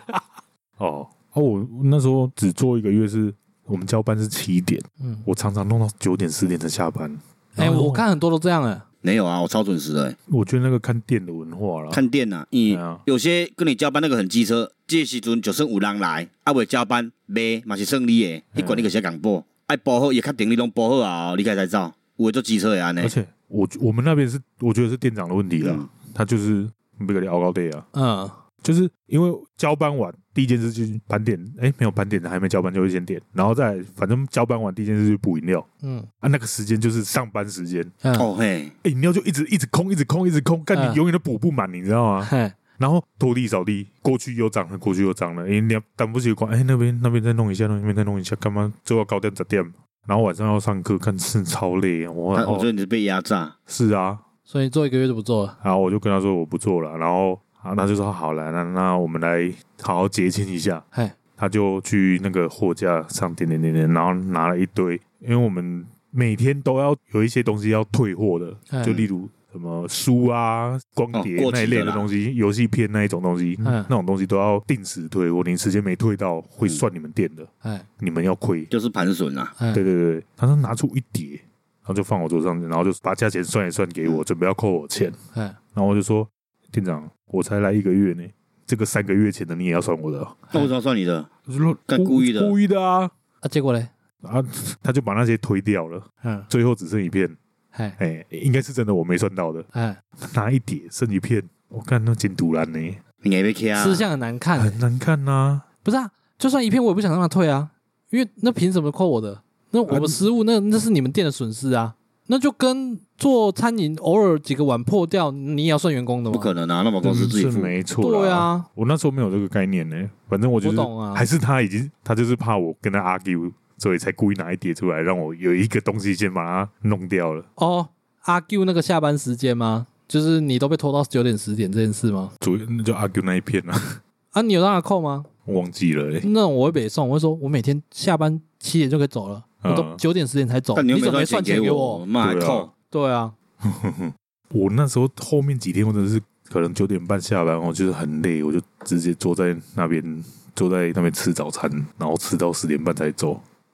我那时候只做1个月，是我们交班是7点，我常常弄到9点10点才下班。 我看很多都这样没有啊，我超准时的。 我觉得那个看店的文化啦， 看店啊，有些跟你交班那个很机车，这时阵就算有人来，未交班卖嘛是算你的，你管你个些讲报，爱报好也确定你拢报好啊，你才走，有的做机车的安尼。 而且我们那边是，我觉得是店长的问题啦，他就是不给你熬高day啊，就是因为交班完第一件事就是盘点，没有盘点的还没交班就会先点，然后再反正交班完第一件事就是补饮料，那个时间就是上班时间，饮料就一直空，干你永远都补不满，你知道吗？然后拖地扫地，过去又脏了，你等不习惯，那边再弄一下，那边再弄一下，干嘛最后9点10点，然后晚上要上课，看是超累，我觉得你是被压榨， 是啊， 所以做1个月就不做了， 然后我就跟他说我不做了，然后。那就说好了，那我们来好好结清一下。他就去那个货架上点，然后拿了一堆，因为我们每天都要有一些东西要退货的，就例如什么书啊、光碟那一类的东西，游戏片那一种东西，那种东西都要定时退货，你时间没退到会算你们店的，你们要亏， 就是盘损啊。 对，他说拿出一叠，然后就放我桌上，然后就把价钱算一算给我，准备要扣我钱，然后我就说店长。我才来1个月呢，这个3个月前的你也要算我的？ 那为什么要算你的？ 干故意的啊！ 结果嘞？ 他就把那些推掉了，最后只剩1片，应该是真的我没算到的，拿一叠剩1片，我看那真突然呢， 你也被卡， 吃相很难看， 很难看呐！ 不是啊，就算1片我也不想让他退啊，因为那凭什么扣我的？那我们失误，那是你们店的损失啊。那就跟做餐饮偶尔几个碗破掉，你也要算员工的吗？ 不可能啊，那么公司自己付， 没错。 对啊， 我那时候没有这个概念呢。反正我就是，还是他就是怕我跟他 argue， 所以才故意拿一叠出来，让我有一个东西先把它弄掉了。 argue 那个下班时间吗？就是你都被拖到9点10点这件事吗？ 那就 argue 那一片啊。 你有让他扣吗？ 我忘记了那种我会北送，我会说我每天下班7点就可以走了。我都9点10点才走， 你怎么没算钱给我？ 妈还扣？ 对啊， 我那时候后面几天我真的是可能9点半下班，我就是很累，我就直接坐在那边吃早餐，然后吃到10点半才走。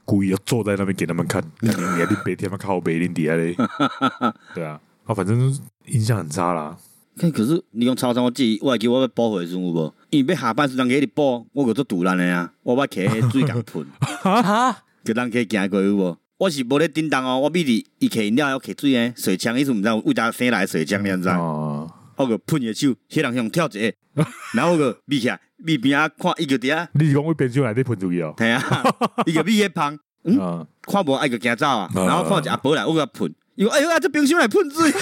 故意要坐在那边给他们看，你白天嘛靠北林底下嘞，对啊，反正印象很差啦。 可是你用超商，我记我还记我要补回有无？因为要下班时人给你补，我个做堵烂的啊，我要摕水缸喷，叫人去行过有无？我是无咧叮当哦，我比你伊摕饮料要摕水诶，水枪，伊是毋知为啥生来水枪，你知？我个喷伊手，迄人向跳一下，然后我个闭起来，闭边啊看伊个伫啊。 你是讲我边手内底喷出去哦？ 系啊，伊个闭迄芳，看无爱个行走啊，然后看一阿伯来，我个喷，伊讲哎呦，这冰箱来喷水。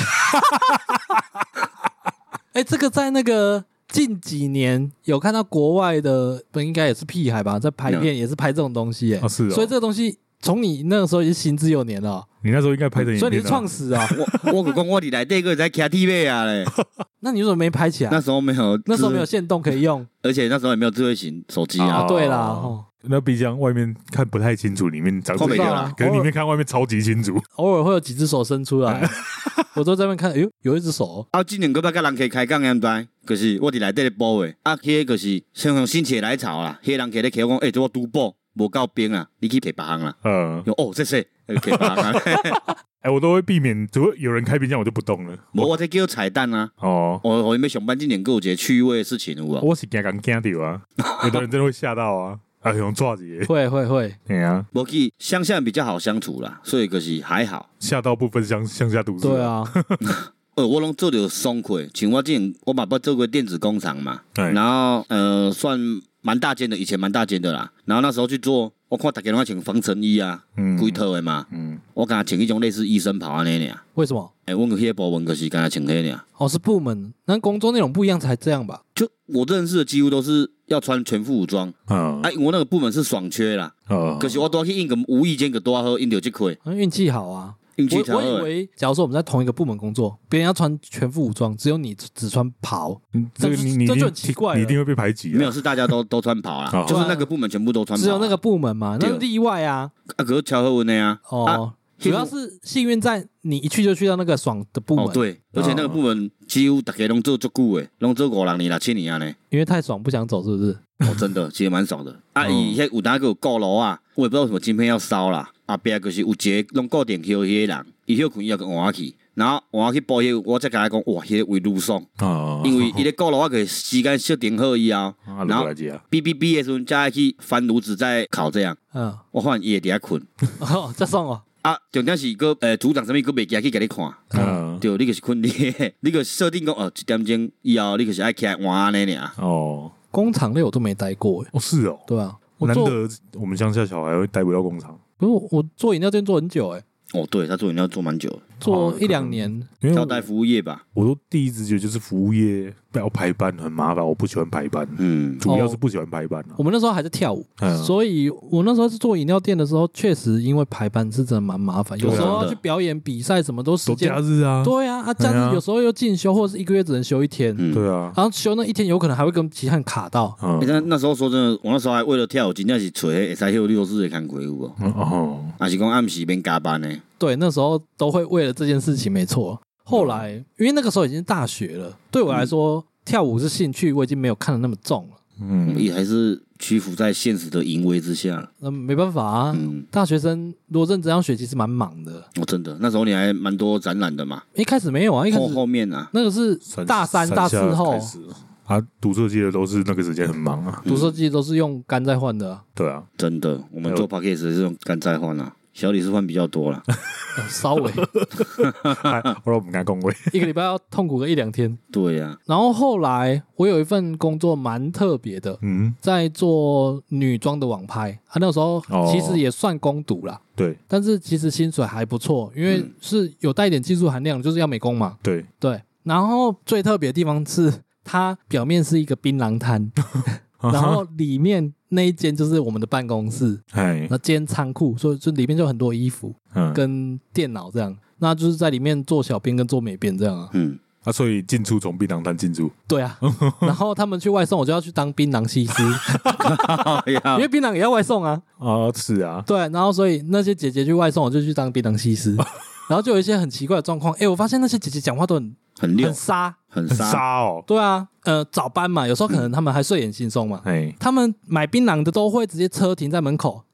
这个在那个近几年有看到国外的，不应该也是屁孩吧，在拍片也是拍这种东西是哦。 所以这个东西从你那个时候已经行之有年了。 你那时候应该拍成影片， 所以你是创始啊。 我讲我伫内底个在骑 TV 啊嘞。 那你为什么没拍起来？ 那时候没有限动可以用， 而且那时候也没有智慧型手机啊。 对啦， 那冰箱外面看不太清楚，里面长怎样？可是里面看外面超级清楚。 偶尔会有几只手伸出来，我都在那边看，哎呦，有一只手。 今年个要跟人可以开讲样知，可是我伫内底咧补诶，迄个就是先用心血来潮啦，迄人摕咧摕我讲，这我拄补无够冰啊，你去摕别行啦。这摕别行啊。 我都会避免，如果有人开冰箱，我就不动了。 我在叫彩蛋啊。我要上班，今年还有一个趣味的事情有无？ 我是惊到啊，有的人真的会吓到啊。用抓子会， 对啊， 我去乡下比较好相处啦，所以就是还好。 吓到不分乡下都市。 对啊， 我拢做着爽快，像我之前我爸爸做过电子工厂嘛，然后算蛮大间的，以前蛮大间的啦。然后那时候去做，我看大家拢穿防尘衣啊，规套的嘛，我敢穿一种类似医生袍安尼尔。 为什么？ 我个迄个部门就是敢穿迄尔。 是部门，那工作内容不一样才这样吧？ 就我认识的几乎都是要穿全副武装。我那个部门是爽缺啦。可是我都要去应个无意间个多好应到这块。 运气好啊。我以为，假如说我们在同一个部门工作，别人要穿全副武装，只有你只穿袍， 这就很奇怪， 你一定会被排挤。 没有，是大家都穿袍啦，就是那个部门全部都穿袍， 只有那个部门嘛，那例外啊。 可是乔和文的呀。 主要是幸运在你一去就去到那个爽的部门。 对，而且那个部门几乎大家拢做足久诶，拢做5、6年、7年啊呢。 因为太爽不想走，是不是？ 真的，其实蛮爽的。以前有当个有高楼啊，我也不知道为什么今天要烧啦。边就是有一个拢固定休迄个人，伊休困伊要跟换去，然后换去补迄，我才甲伊讲，哇，迄个为愈爽。因为伊咧高楼我个时间设定好以后，然后哔的时阵才去翻炉子再烤这样。我发现伊会伫遐困。 这爽哦。 重点是个组长什么个袂记去给你看。对，你就是困你个设定讲1点钟以后，你就是爱起来换安尼尔。 工厂类我都没待过。 是哦。 对啊， 难得我们乡下小孩会待不到工厂。 可是我做饮料店做很久对，他做饮料做蛮久的， 做1-2年， 交代服务业吧。 我都第一直觉就是服务业不要排班很麻烦，我不喜欢排班。主要是不喜欢排班。 我们那时候还在跳舞，所以我那时候是做饮料店的时候，确实因为排班是真的蛮麻烦。有时候要去表演比赛，什么都时间假日啊。 对啊，假日有时候又进修，或者是1个月只能休1天。 对啊， 然后休那1天有可能还会跟其他人卡到。 那时候说真的，我那时候还为了跳舞，真正是找会使休6日的工课有无？还是讲暗时免加班呢？ 对，那时候都会为了这件事情，没错。后来因为那个时候已经大学了，对我来说，跳舞是兴趣，我已经没有看得那么重了。 也还是屈服在现实的淫威之下。 没办法啊。大学生如果认真要学，其实蛮忙的。 真的，那时候你还蛮多展览的嘛。 一开始没有啊，一开始后面啊， 那个是大3、大4后。 读设计的都是那个时间很忙啊。 读设计都是用肝在换的。 对啊， 真的，我们做 podcast 是用肝在换啊。小李是换比较多了。 稍微。 我都不敢恭维。 1个礼拜要痛苦个1-2天。 对啊。 然后后来我有一份工作蛮特别的，在做女装的网拍。那时候其实也算工读啦。 对。 但是其实薪水还不错，因为是有带一点技术含量，就是要美工嘛。 对。 然后最特别的地方是，它表面是一个槟榔摊。然后里面那一间就是我们的办公室，那间仓库，所以就里面就很多衣服跟电脑这样，那就是在里面做小编跟做美编这样啊。 所以进出从槟榔摊进出。 对啊。然后他们去外送，我就要去当槟榔西施。因为槟榔也要外送啊。 是啊。 对，然后所以那些姐姐去外送，我就去当槟榔西施。然后就有一些很奇怪的状况，我发现那些姐姐讲话都很沙。 很沙哦。 对啊，早班嘛，有时候可能他们还睡眼惺忪嘛。他们买槟榔的都会直接车停在门口，然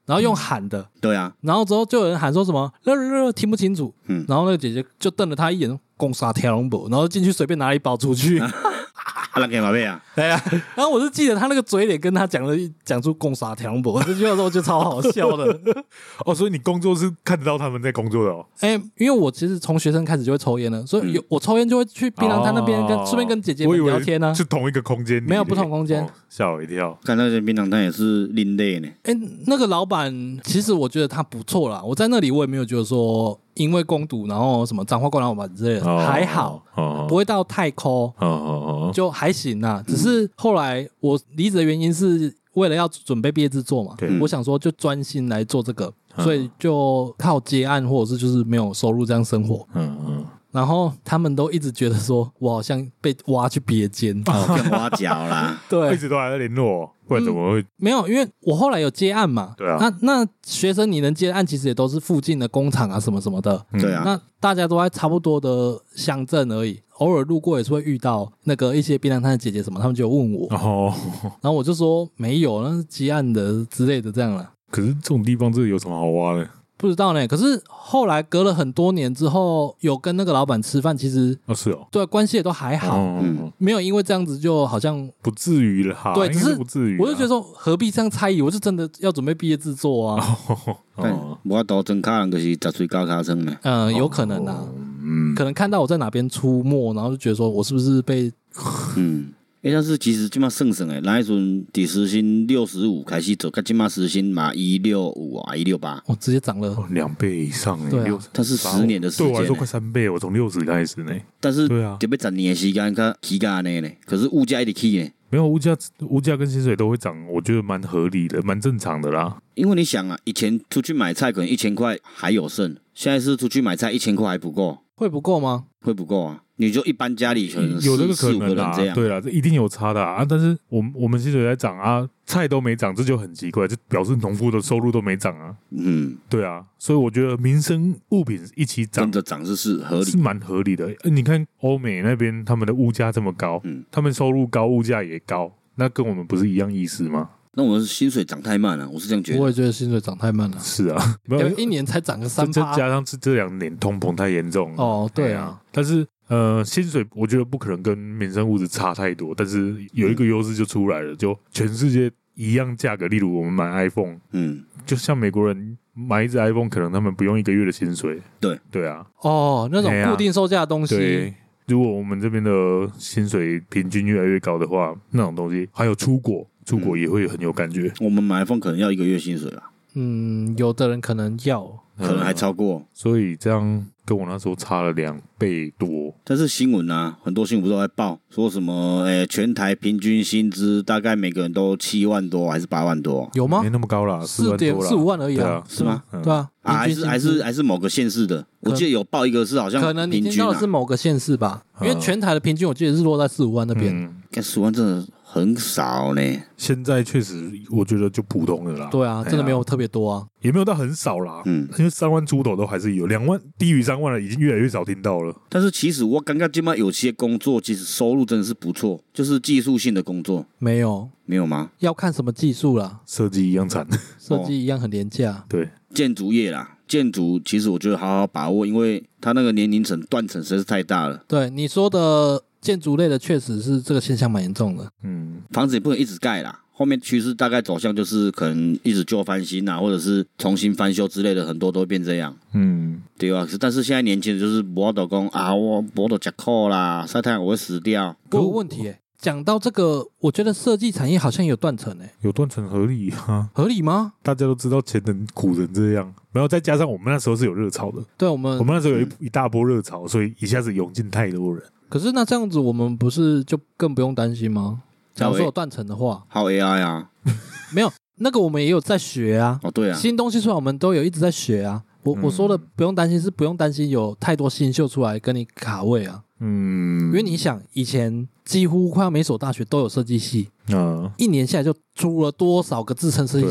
然后用喊的， 对啊， 然后之后就有人喊说什么听不清楚，然后那个姐姐就瞪了他一眼，攻杀天龙伯，然后进去随便拿了一包出去。 那给马贝啊， 对啊，然后我就记得他那个嘴脸跟他讲出攻杀天龙伯这句话的时候就超好笑的。 哦，所以你工作是看得到他们在工作的哦？ 因为我其实从学生开始就会抽烟了，所以我抽烟就会去槟榔摊那边顺便跟姐姐们聊天啊。 是同一个空间？ 没有，不同空间。 吓我一跳！ 看那些槟榔摊也是另类呢。 那个老板其实我觉得他不错啦，我在那里我也没有觉得说因为攻读然后什么彰化灌老板之类的，还好，不会到太抠，就还行啦。只是后来我离职的原因是为了要准备毕业制作嘛，我想说就专心来做这个，所以就靠接案或者是就是没有收入这样生活。然后他们都一直觉得说我好像被挖去别间， 变挖角啦。 对， 一直都还在联络，不然怎么会？ 没有，因为我后来有接案嘛。 对啊。 那学生你能接案，其实也都是附近的工厂啊什么什么的。 对啊。 那大家都在差不多的乡镇而已，偶尔路过也是会遇到那个一些槟榔摊的姐姐什么，他们就有问我。然后我就说没有，那是接案的之类的这样啦。 可是这种地方这有什么好挖的？ 不知道呢，可是后来隔了很多年之后，有跟那个老板吃饭，其实是哦， 对，关系也都还好，没有因为这样子就好像不至于了哈， 对，只是不至于， 我就觉得说何必这样猜疑，我是真的要准备毕业制作啊， 我都真可能就是十岁高卡生呢， 有可能啊，可能看到我在哪边出没，然后就觉得说我是不是被但是其实今嘛算算诶，那一阵底时薪65开始做，到今嘛时薪嘛165啊168， 直接涨了 2倍以上诶， 对啊， 它是10年的时间， 对我来说快3倍，我从60开始呢。 但是对啊， 特别10年的时间，它起价呢，可是物价一直起呢。 没有物价跟薪水都会涨，我觉得蛮合理的，蛮正常的啦。 因为你想啊，以前出去买菜可能1000块还有剩，现在是出去买菜1000块还不够， 会不够吗？ 会不够啊！你就一般家里可能有这个可能 4-5个人这样， 对啦，这一定有差的啊。但是我们薪水在涨啊，菜都没涨，这就很奇怪，就表示农夫的收入都没涨啊。对啊，所以我觉得民生物品一起涨， 跟着涨是合理， 是蛮合理的。你看欧美那边他们的物价这么高，他们收入高，物价也高，那跟我们不是一样意思吗？ 那我们薪水涨太慢了，我是这样觉得。 我也觉得薪水涨太慢了。 是啊， 因为一年才涨个3%， 再加上这2年通膨太严重。 对啊。 但是薪水我觉得不可能跟民生物质差太多，但是有一个优势就出来了，就全世界一样价格，例如我们买 iPhone，就像美国人买一只 iPhone， 可能他们不用1个月的薪水。对啊。 那种固定售价的东西。 对。如果我们这边的薪水平均越来越高的话，那种东西还有出国也会很有感觉。 我们买 iPhone 可能要1个月薪水吧。 有的人可能要， 可能还超过。 所以这样跟我那时候差了2倍多。 但是新闻啊，很多新闻不是都在报说什么？全台平均薪资大概每个人都7万多还是8万多？ 有吗？ 没那么高啦，4.4、 5万而已啊。 是吗？ 对啊。 还是某个县市的，我记得有报一个是好像可能你听到的是某个县市吧，因为全台的平均我记得是落在4-5万那边。 10万真的很少呢。 现在确实我觉得就普通了啦。 对啊，真的没有特别多啊， 也没有到很少啦。因为3万出头都还是有，2万低于3万了已经越来越少听到了。 但是其实我刚刚今嘛有些工作其实收入真的是不错，就是技术性的工作。 没有吗？ 要看什么技术啦， 设计一样惨， 设计一样很廉价。 对， 建筑业啦。建筑其实我觉得好好把握，因为它那个年龄层断层实在是太大了。 对你说的建筑类的，确实是这个现象蛮严重的。 房子也不能一直盖啦，后面趋势大概走向就是可能一直旧翻新啊，或者是重新翻修之类的，很多都会变这样。对吧？但是现在年轻人就是没得说啊，我没得吃苦啦，晒太阳我会死掉。 有问题讲到这个，我觉得设计产业好像有断层有断层合理啊？ 合理吗？ 大家都知道前人苦成这样，然后再加上我们那时候是有热潮的， 对我们那时候有一大波热潮，所以一下子涌进太多人。 可是那这样子，我们不是就更不用担心吗？假如说有断层的话， 还有 AI 啊， 没有那个我们也有在学啊。 对啊， 新东西出来我们都有一直在学啊。我说的不用担心，是不用担心有太多新秀出来跟你卡位啊。因为你想，以前几乎快要每所大学都有设计系，1年下来就出了多少个自称设计师，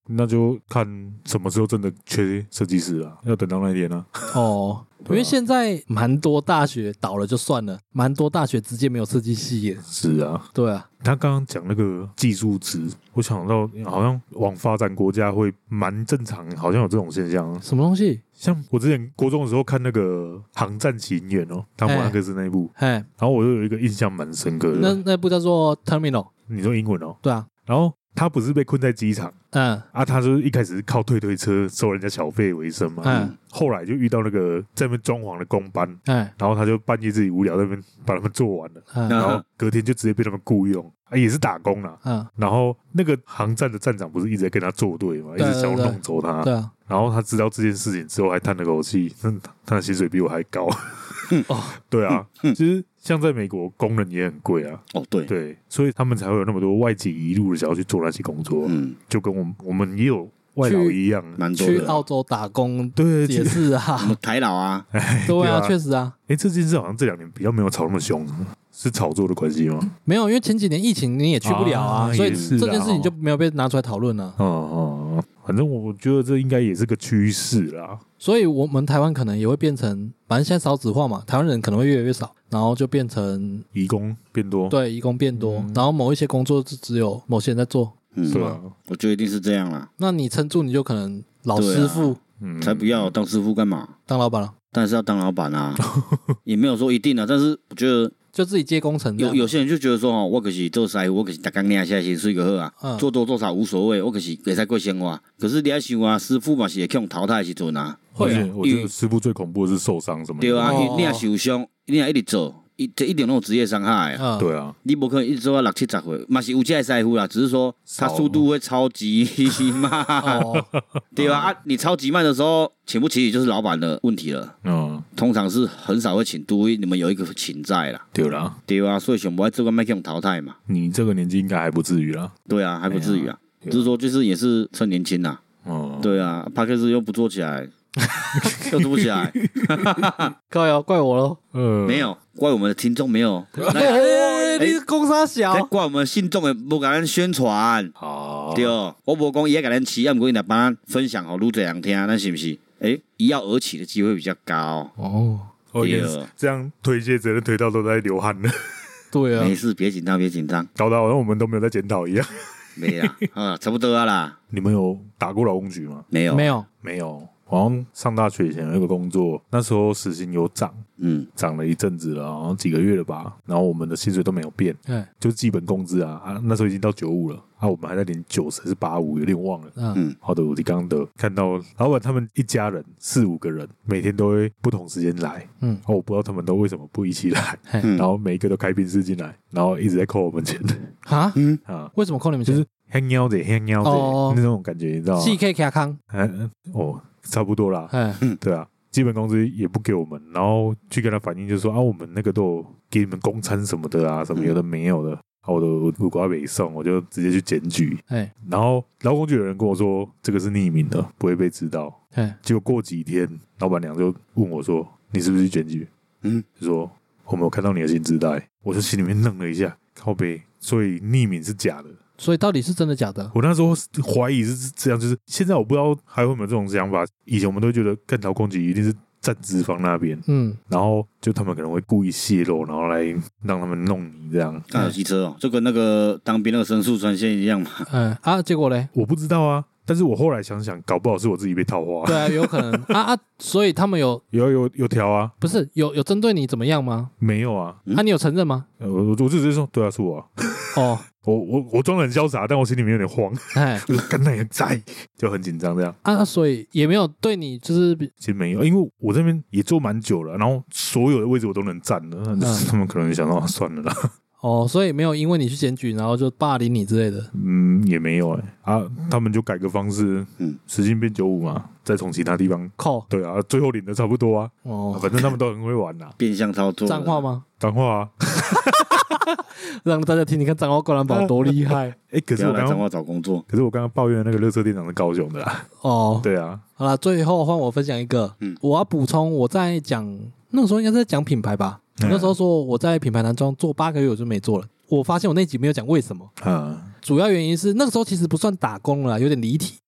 那就看什么时候真的缺设计师啊，要等到那一天啊。 哦，因为现在蛮多大学倒了就算了，蛮多大学直接没有设计系耶。 是啊， 对啊。 他刚刚讲那个技术值，我想到好像往发展国家会蛮正常，好像有这种现象。 什么东西？ 像我之前国中的时候看那个《航站情缘》哦，汤姆汉克斯那一部，然后我就有一个印象蛮深刻的。 那部叫做 Terminal， 你说英文哦？ 对啊。 然后他不是被困在机场，他就是一开始靠推车收人家小费为生嘛，后来就遇到那个在那边装潢的工班，然后他就半夜自己无聊在那边把他们做完了，然后隔天就直接被他们雇佣，也是打工啦，然后那个航站的站长不是一直在跟他作对嘛，一直想要弄走他，对啊，然后他知道这件事情之后还叹了口气，他的薪水比我还高。对啊，其实像在美国，工人也很贵啊。对，所以他们才会有那么多外籍移入的想要去做那些工作。就跟我们也有外劳一样， 蛮多的。 去澳洲打工， 对， 也是啊。 什么台劳啊？ 对啊，确实啊。 这件事好像这2年比较没有吵那么凶，是炒作的关系吗？ 没有，因为前几年疫情你也去不了啊，所以这件事情就没有被拿出来讨论了。 反正我觉得这应该也是个趋势啦。 所以我们台湾可能也会变成，反正现在少子化嘛，台湾人可能会越来越少，然后就变成移工变多。 对，移工变多，然后某一些工作是只有某些人在做，是吧？ 我觉得一定是这样啦。 那你撑住，你就可能老师傅， 才不要当师傅干嘛？ 当老板了？ 当然是要当老板啊，也没有说一定啊，但是我觉得。 就自己接工程， 有些人就觉得说我可是做师傅，我可是大家领下薪水就好啊，做多做少无所谓，我可是可以过生活。可是你要想啊，师傅嘛是会被淘汰的时阵啊。 会啊，我觉得师傅最恐怖的是受伤什么的。 对啊，你也受伤，你也一直做，这一定有职业伤害啊。 对啊， 你不可能一直做到60、70岁，嘛是有这个师傅啦，只是说他速度会超级慢，对吧？你超级慢的时候，请不起你就是老板的问题了。通常是很少会请，因为你们有一个情在啦。对啊，所以想不爱这个麦克淘汰嘛。 你这个年纪应该还不至于啦。 对啊，还不至于啊，就是说就是也是趁年轻啦。对啊，帕克斯又不做起来。又做不起来， 怪我咯。 没有怪我们的听众没有。 你是公三小， 怪我们信众的不给咱宣传。对，我无讲伊要给咱吃，不过伊来帮咱分享给愈多人听，咱是不是？一跃而起的机会比较高。 这样推卸责任推到都在流汗了。 对啊， 没事，别紧张，别紧张， 搞得好像我们都没有在检讨一样。 没啦，差不多啦。 你们有打过劳工局吗？ 没有。 好像上大学以前有一个工作，那时候时薪有涨，涨了一阵子了，好像几个月了吧。然后我们的薪水都没有变，就是基本工资啊，那时候已经到95了，我们还在领90还是85，有点忘了。好的，我刚的看到老板他们一家人4、5个人，每天都会不同时间来，我不知道他们都为什么不一起来，然后每一个都开宾士进来，然后一直在扣我们钱。 为什么扣你们钱？ 就是很喵的那种感觉，你知道吗 ？CK 卡康， 差不多啦，对啊，基本工资也不给我们，然后去跟他反映，就说我们那个都有给你们公餐什么的啊，什么有的没有的，我如果要没送，我就直接去检举。然后劳工局的人跟我说，这个是匿名的，不会被知道。结果过几天，老板娘就问我说，你是不是去检举？就说我没有看到你的薪资袋，我就心里面愣了一下，靠北，所以匿名是假的。 所以到底是真的假的？ 我那时候怀疑是这样，就是现在我不知道还会有没有这种想法。以前我们都觉得干劳工局一定是站资方那边，然后就他们可能会故意泄露，然后来让他们弄你这样。 有机车就跟那个当兵那个申诉专线一样嘛。 结果嘞？ 我不知道啊。但是我后来想想，搞不好是我自己被套话。 对啊，有可能所以他们有调啊？ 不是有针对你怎么样吗？ 没有啊。 你有承认吗？ 我就直接说，对啊，是我啊。我装得很潇洒，但我心里面有点慌，就是跟那人在，就很紧张这样。 所以也没有对你就是其实没有，因为我这边也做蛮久了，然后所有的位置我都能站了，他们可能想到算了啦。 所以没有因为你去检举，然后就霸凌你之类的。 也没有他们就改个方式，时薪变95嘛，再从其他地方扣。 对啊，最后领的差不多啊。反正他们都很会玩啦。 变相操作。 脏话吗？ 脏话啊。 让大家听，你看脏话灌篮宝多厉害。 可是我刚刚找工作， 可是我刚刚抱怨的那个垃圾店长是高雄的啦。对啊。 好啦，最后换我分享一个。我要补充，我在讲那个时候应该是在讲品牌吧。那时候说我在品牌男装做8个月我就没做了，我发现我那集没有讲为什么。主要原因是那个时候其实不算打工了啦，有点离题。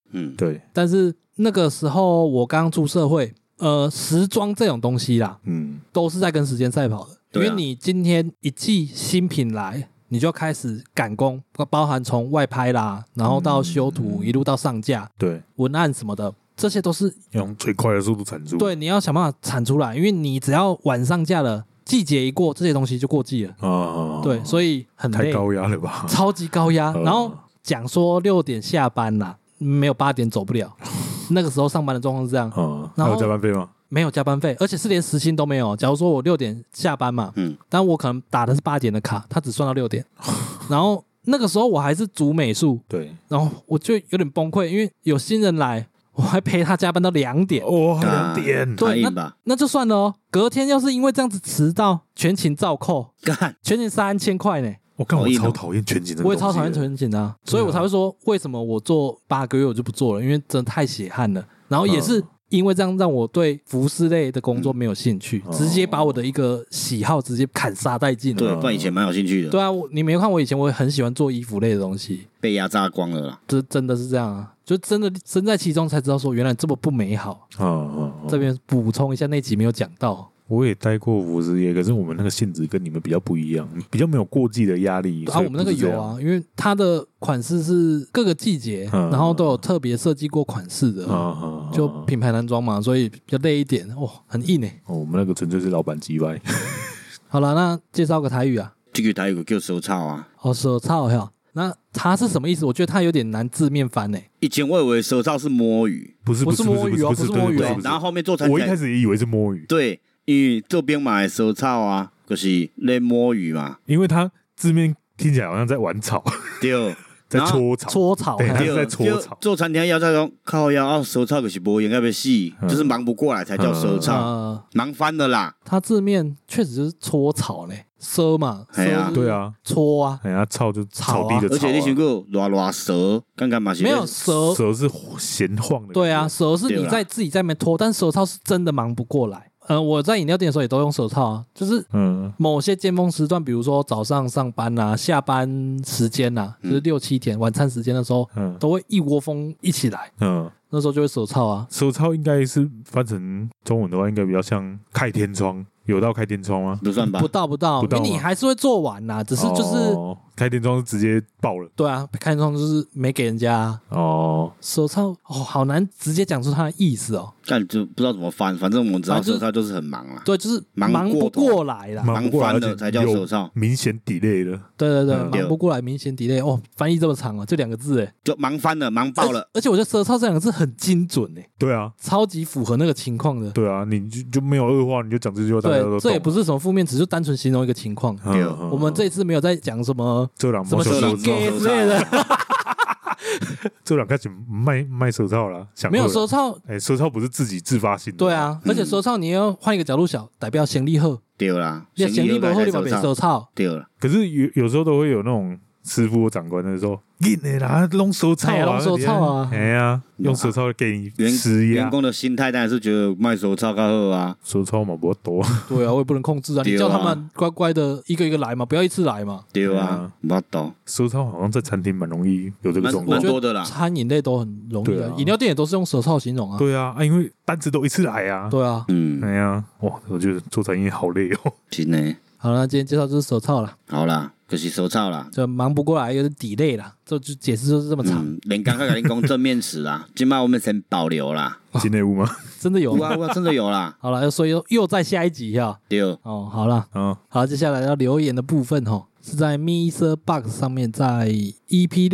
对。 但是那个时候我刚出社会，时装这种东西啦，都是在跟时间赛跑的。因为你今天一季新品来，你就开始赶工，包含从外拍啦，然后到修图，一路到上架， 对， 文案什么的，这些都是用最快的速度产出。 对，你要想办法产出来，因为你只要晚上架了，季节一过，这些东西就过季了。对，所以很累， 太高压了吧？ 超级高压。然后讲说6点下班啦，没有8点走不了。那个时候上班的状况是这样。 还有加班费吗？ 没有加班费，而且是连时薪都没有。假如说我6点下班嘛，但我可能打的是8点的卡，他只算到6点。然后那个时候我还是组美术， 对， 然后我就有点崩溃，因为有新人来，我还陪他加班到2点。 哇，2点， 对，那就算了哦。隔天要是因为这样子迟到，全勤照扣，全勤3000块呢。 我超讨厌全勤的， 我也超讨厌全勤啊，所以我才会说为什么我做8个月我就不做了，因为真的太血汗了。然后也是因为这样让我对服饰类的工作没有兴趣，直接把我的一个喜好直接砍杀殆尽了。 对，不然以前蛮有兴趣的。 对啊，你没有看我以前我也很喜欢做衣服类的东西， 被压榨光了啦。 这真的是这样啊，就真的身在其中才知道说原来这么不美好。这边补充一下，那集没有讲到。 我也待过服饰业，可是我们那个性质跟你们比较不一样，比较没有过季的压力。 我们那个有啊，因为它的款式是各个季节，然后都有特别设计过款式的，就品牌男装嘛，所以比较累一点。很硬欸。 我们那个纯粹是老板鸡歪。 好了，那介绍个台语啊。 这个台语叫手草啊。 手草呀。那它是什么意思？我觉得它有点难字面翻欸。 以前我以为手草是摸鱼， 不是摸鱼哦，不是摸鱼哦。 然后后面做餐， 我一开始也以为是摸鱼。 对。因为这边买手草啊，就是在摸鱼嘛。 因为它字面听起来好像在玩草， 对， 在搓草，对，在搓草。 做餐厅要在讲靠腰手草就是无用，要被死，就是忙不过来才叫手草，忙翻了啦。 它字面确实就是搓草嘞，赊嘛， 对啊， 搓啊， 草就草地的草。 而且你想过拉蛇，刚刚嘛是没有蛇是闲晃的。 对啊，蛇是你在自己在那边拖，但手操是真的忙不过来。我在饮料店的时候也都用手套啊，就是某些尖峰时段，比如说早上上班啊，下班时间啊，就是6、7点晚餐时间的时候，都会一窝蜂一起来。那时候就会手套啊。 手套应该是翻成中文的话，应该比较像开天窗。有到开天窗吗？ 不算吧， 不到，因为你还是会做完啦，只是就是开天窗是直接爆了。 对啊，开天窗就是没给人家手套好难直接讲出它的意思哦。 但就不知道怎么翻，反正我们知道手套就是很忙啦。 对，就是忙不过来啦， 忙翻了才叫手套， 明显 delay 了。 对，忙不过来，明显 delay。翻译这么长啊，就2个字哎， 就忙翻了，忙爆了。 而且我觉得手套这2个字很精准哎。 对啊， 超级符合那个情况的。 对啊，你就没有恶化，你就讲这句话，大家都懂。 这也不是什么负面词，就单纯形容一个情况。我们这一次没有在讲什么什么洗 gay 之类的。 这两开始卖手套了， 没有手套， 手套不是自己自发性的。 对啊，而且手套你要换一个角度想，代表行李好。 对啦， 你行李不好，你把手套。 对了， 可是有时候都会有那种师傅或长官的说。紧的啦，弄手套啊， 弄手套啊， 哎呀，用手套给你施压。 员工的心态当然是觉得卖手套较好啊， 手套嘛不多。 对啊，我也不能控制啊，你叫他们乖乖的一个一个来嘛，不要一次来嘛。 对啊，不懂。 手套好像在餐厅蛮容易有这个状况， 蛮多的啦。 餐饮类都很容易啊，饮料店也都是用手套形容啊。 对啊，因为单子都一次来啊。 对啊， 哎呀，哇，我觉得做餐饮好累哦。 真的。 好了，今天介绍就是手套了。 好啦。就是手套啦， 就忙不过来，有点 delay 啦，就解释就是这么长。 连刚刚跟你讲正面词啦，今晚我们先保留啦。 真的有吗？ 真的有啊，真的有啦。 好了，所以又在下一集哈。 对哦，好了，好，接下来要留言的部分哈，是在 Mr. Box 上面，在 EP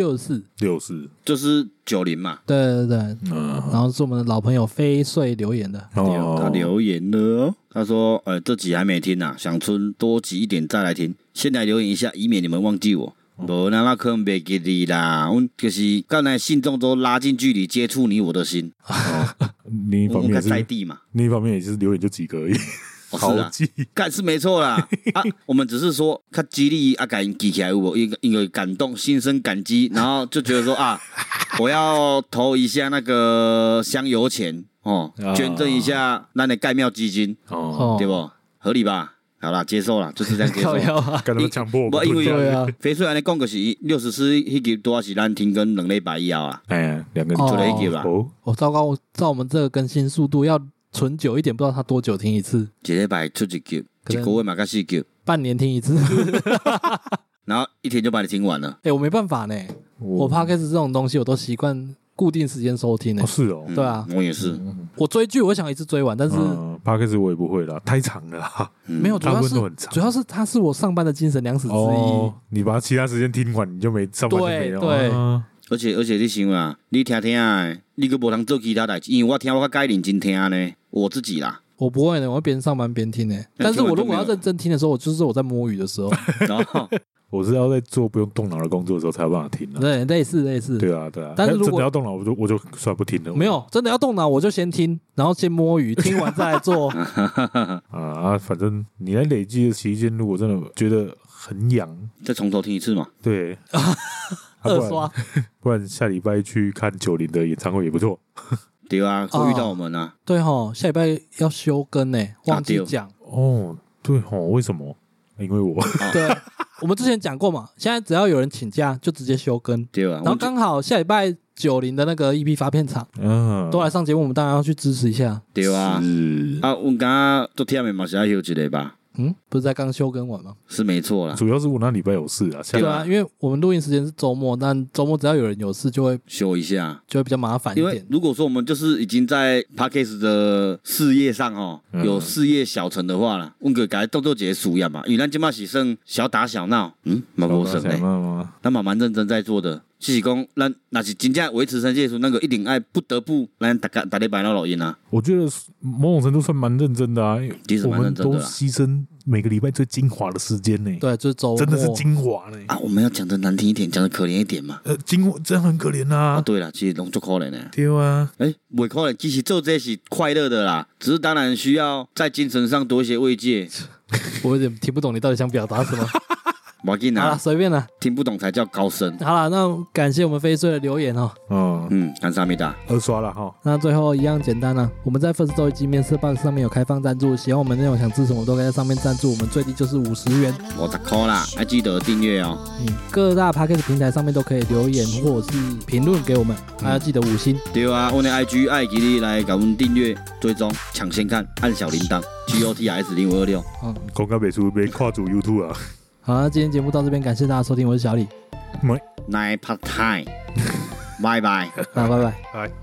64， 就是90嘛。 对，然后是我们的老朋友飞穗留言的， 他留言了，他说，这集还没听啊，想存多集一点再来听，先来留言一下，以免你们忘记我。无那可能袂记你啦，我就是刚才信众都拉近距离接触你我的心。 另一方面在地嘛， 另一方面也是留言就几个而已。好记， 干是没错啦。我们只是说，他激励啊，感记起来我因为感动，心生感激，然后就觉得说我要投一下那个香油钱捐赠一下那的盖庙基金对不？合理吧？ 好啦，接受啦，就是这样接受。 干什么强迫？不， 因为翡翠安尼讲个是64迄集多是咱停更2礼拜以后啊。 哎呀，2个就那一集啦。 哦，糟糕！照我们这个更新速度，要存久一点，不知道他多久听一次。 1礼拜出1集，1个月嘛，甲4集， 半年听一次。 然后1天就把你听完了。 我没办法呢，我 Podcast 这种东西我都习惯固定时间收听呢。 是哦， 对啊， 我也是。 我追剧，我想一次追完，但是 Podcast 我也不会啦，太长了。 没有，主要是它是我上班的精神粮食之一。 你把其他时间听完，你就没上班就没有。 对， 而且你想啊，你听的，你ก็无通做其他代志，因为我听我较认真听呢，我自己啦。 我不会呢，我会边上班边听呢。但是我如果要认真听的时候，就是我在摸鱼的时候。 我是要在做不用动脑的工作的时候才有办法听的。 对，类似。 对啊。 但是如果真的要动脑，我就算不听了。 没有，真的要动脑，我就先听，然后先摸鱼，听完再来做。 反正你来累积的期间，如果真的觉得很痒， 再从头听一次嘛。 对。 二刷。 不然下礼拜去看90的演唱会也不错。 对啊，会遇到我们啊。 对齁，下礼拜要休更呢，忘记讲。 对齁，为什么？因为我对，我们之前讲过嘛，现在只要有人请假就直接休更。 对啊， 然后刚好下礼拜90的那个 EP 发片场，都来上节目，我们当然要去支持一下。 对啊，我刚刚昨天嘛是要休一个吧。 不是在刚休更完吗？ 是没错啦， 主要是我那礼拜有事啊。 对啊，因为我们录音时间是周末，但周末只要有人有事就会休一下， 就会比较麻烦一点。 因为如果说我们就是已经在 Podcast 的事业上有事业小成的话啦，我们该动作结束一样嘛，因为咱今嘛是算小打小闹，蛮无省嘞，咱蛮认真在做的。就是讲，咱那是真正维持生计的时候，那个一定爱不得不咱大礼拜录音啊。 我觉得某种程度算蛮认真的啊， 其实蛮认真的啦， 我们都牺牲每个礼拜最精华的时间呢。 对，就是周末， 真的是精华呢。 我们要讲的难听一点，讲的可怜一点嘛。 精华真的很可怜啊。 对啦，其实拢足可怜的。 对啊。 不可怜，其实做这是快乐的啦，只是当然需要在精神上多一些慰藉。 我有点听不懂你到底想表达什么。 好了，随便了， 听不懂才叫高深。 好了，那感谢我们翡翠的留言感谢米达 2刷了哈。 那最后一样简单了，我们在粉丝周一集面试 box 上面有开放赞助，喜欢我们内容想支持我们都可以在上面赞助，我们最低就是50元 ，50块啦，还记得订阅哦。 各大 podcast 平台上面都可以留言或者是评论给我们，还要记得5星。 对啊，我的 IG 爱给你来给我们订阅、追踪、抢先看、按小铃铛 GOTS0526。 讲到袂出被跨组 YouTube 啊。 好，那今天节目到这边，感谢大家收听，我是小李。 Night part time，拜拜， 拜拜。 拜。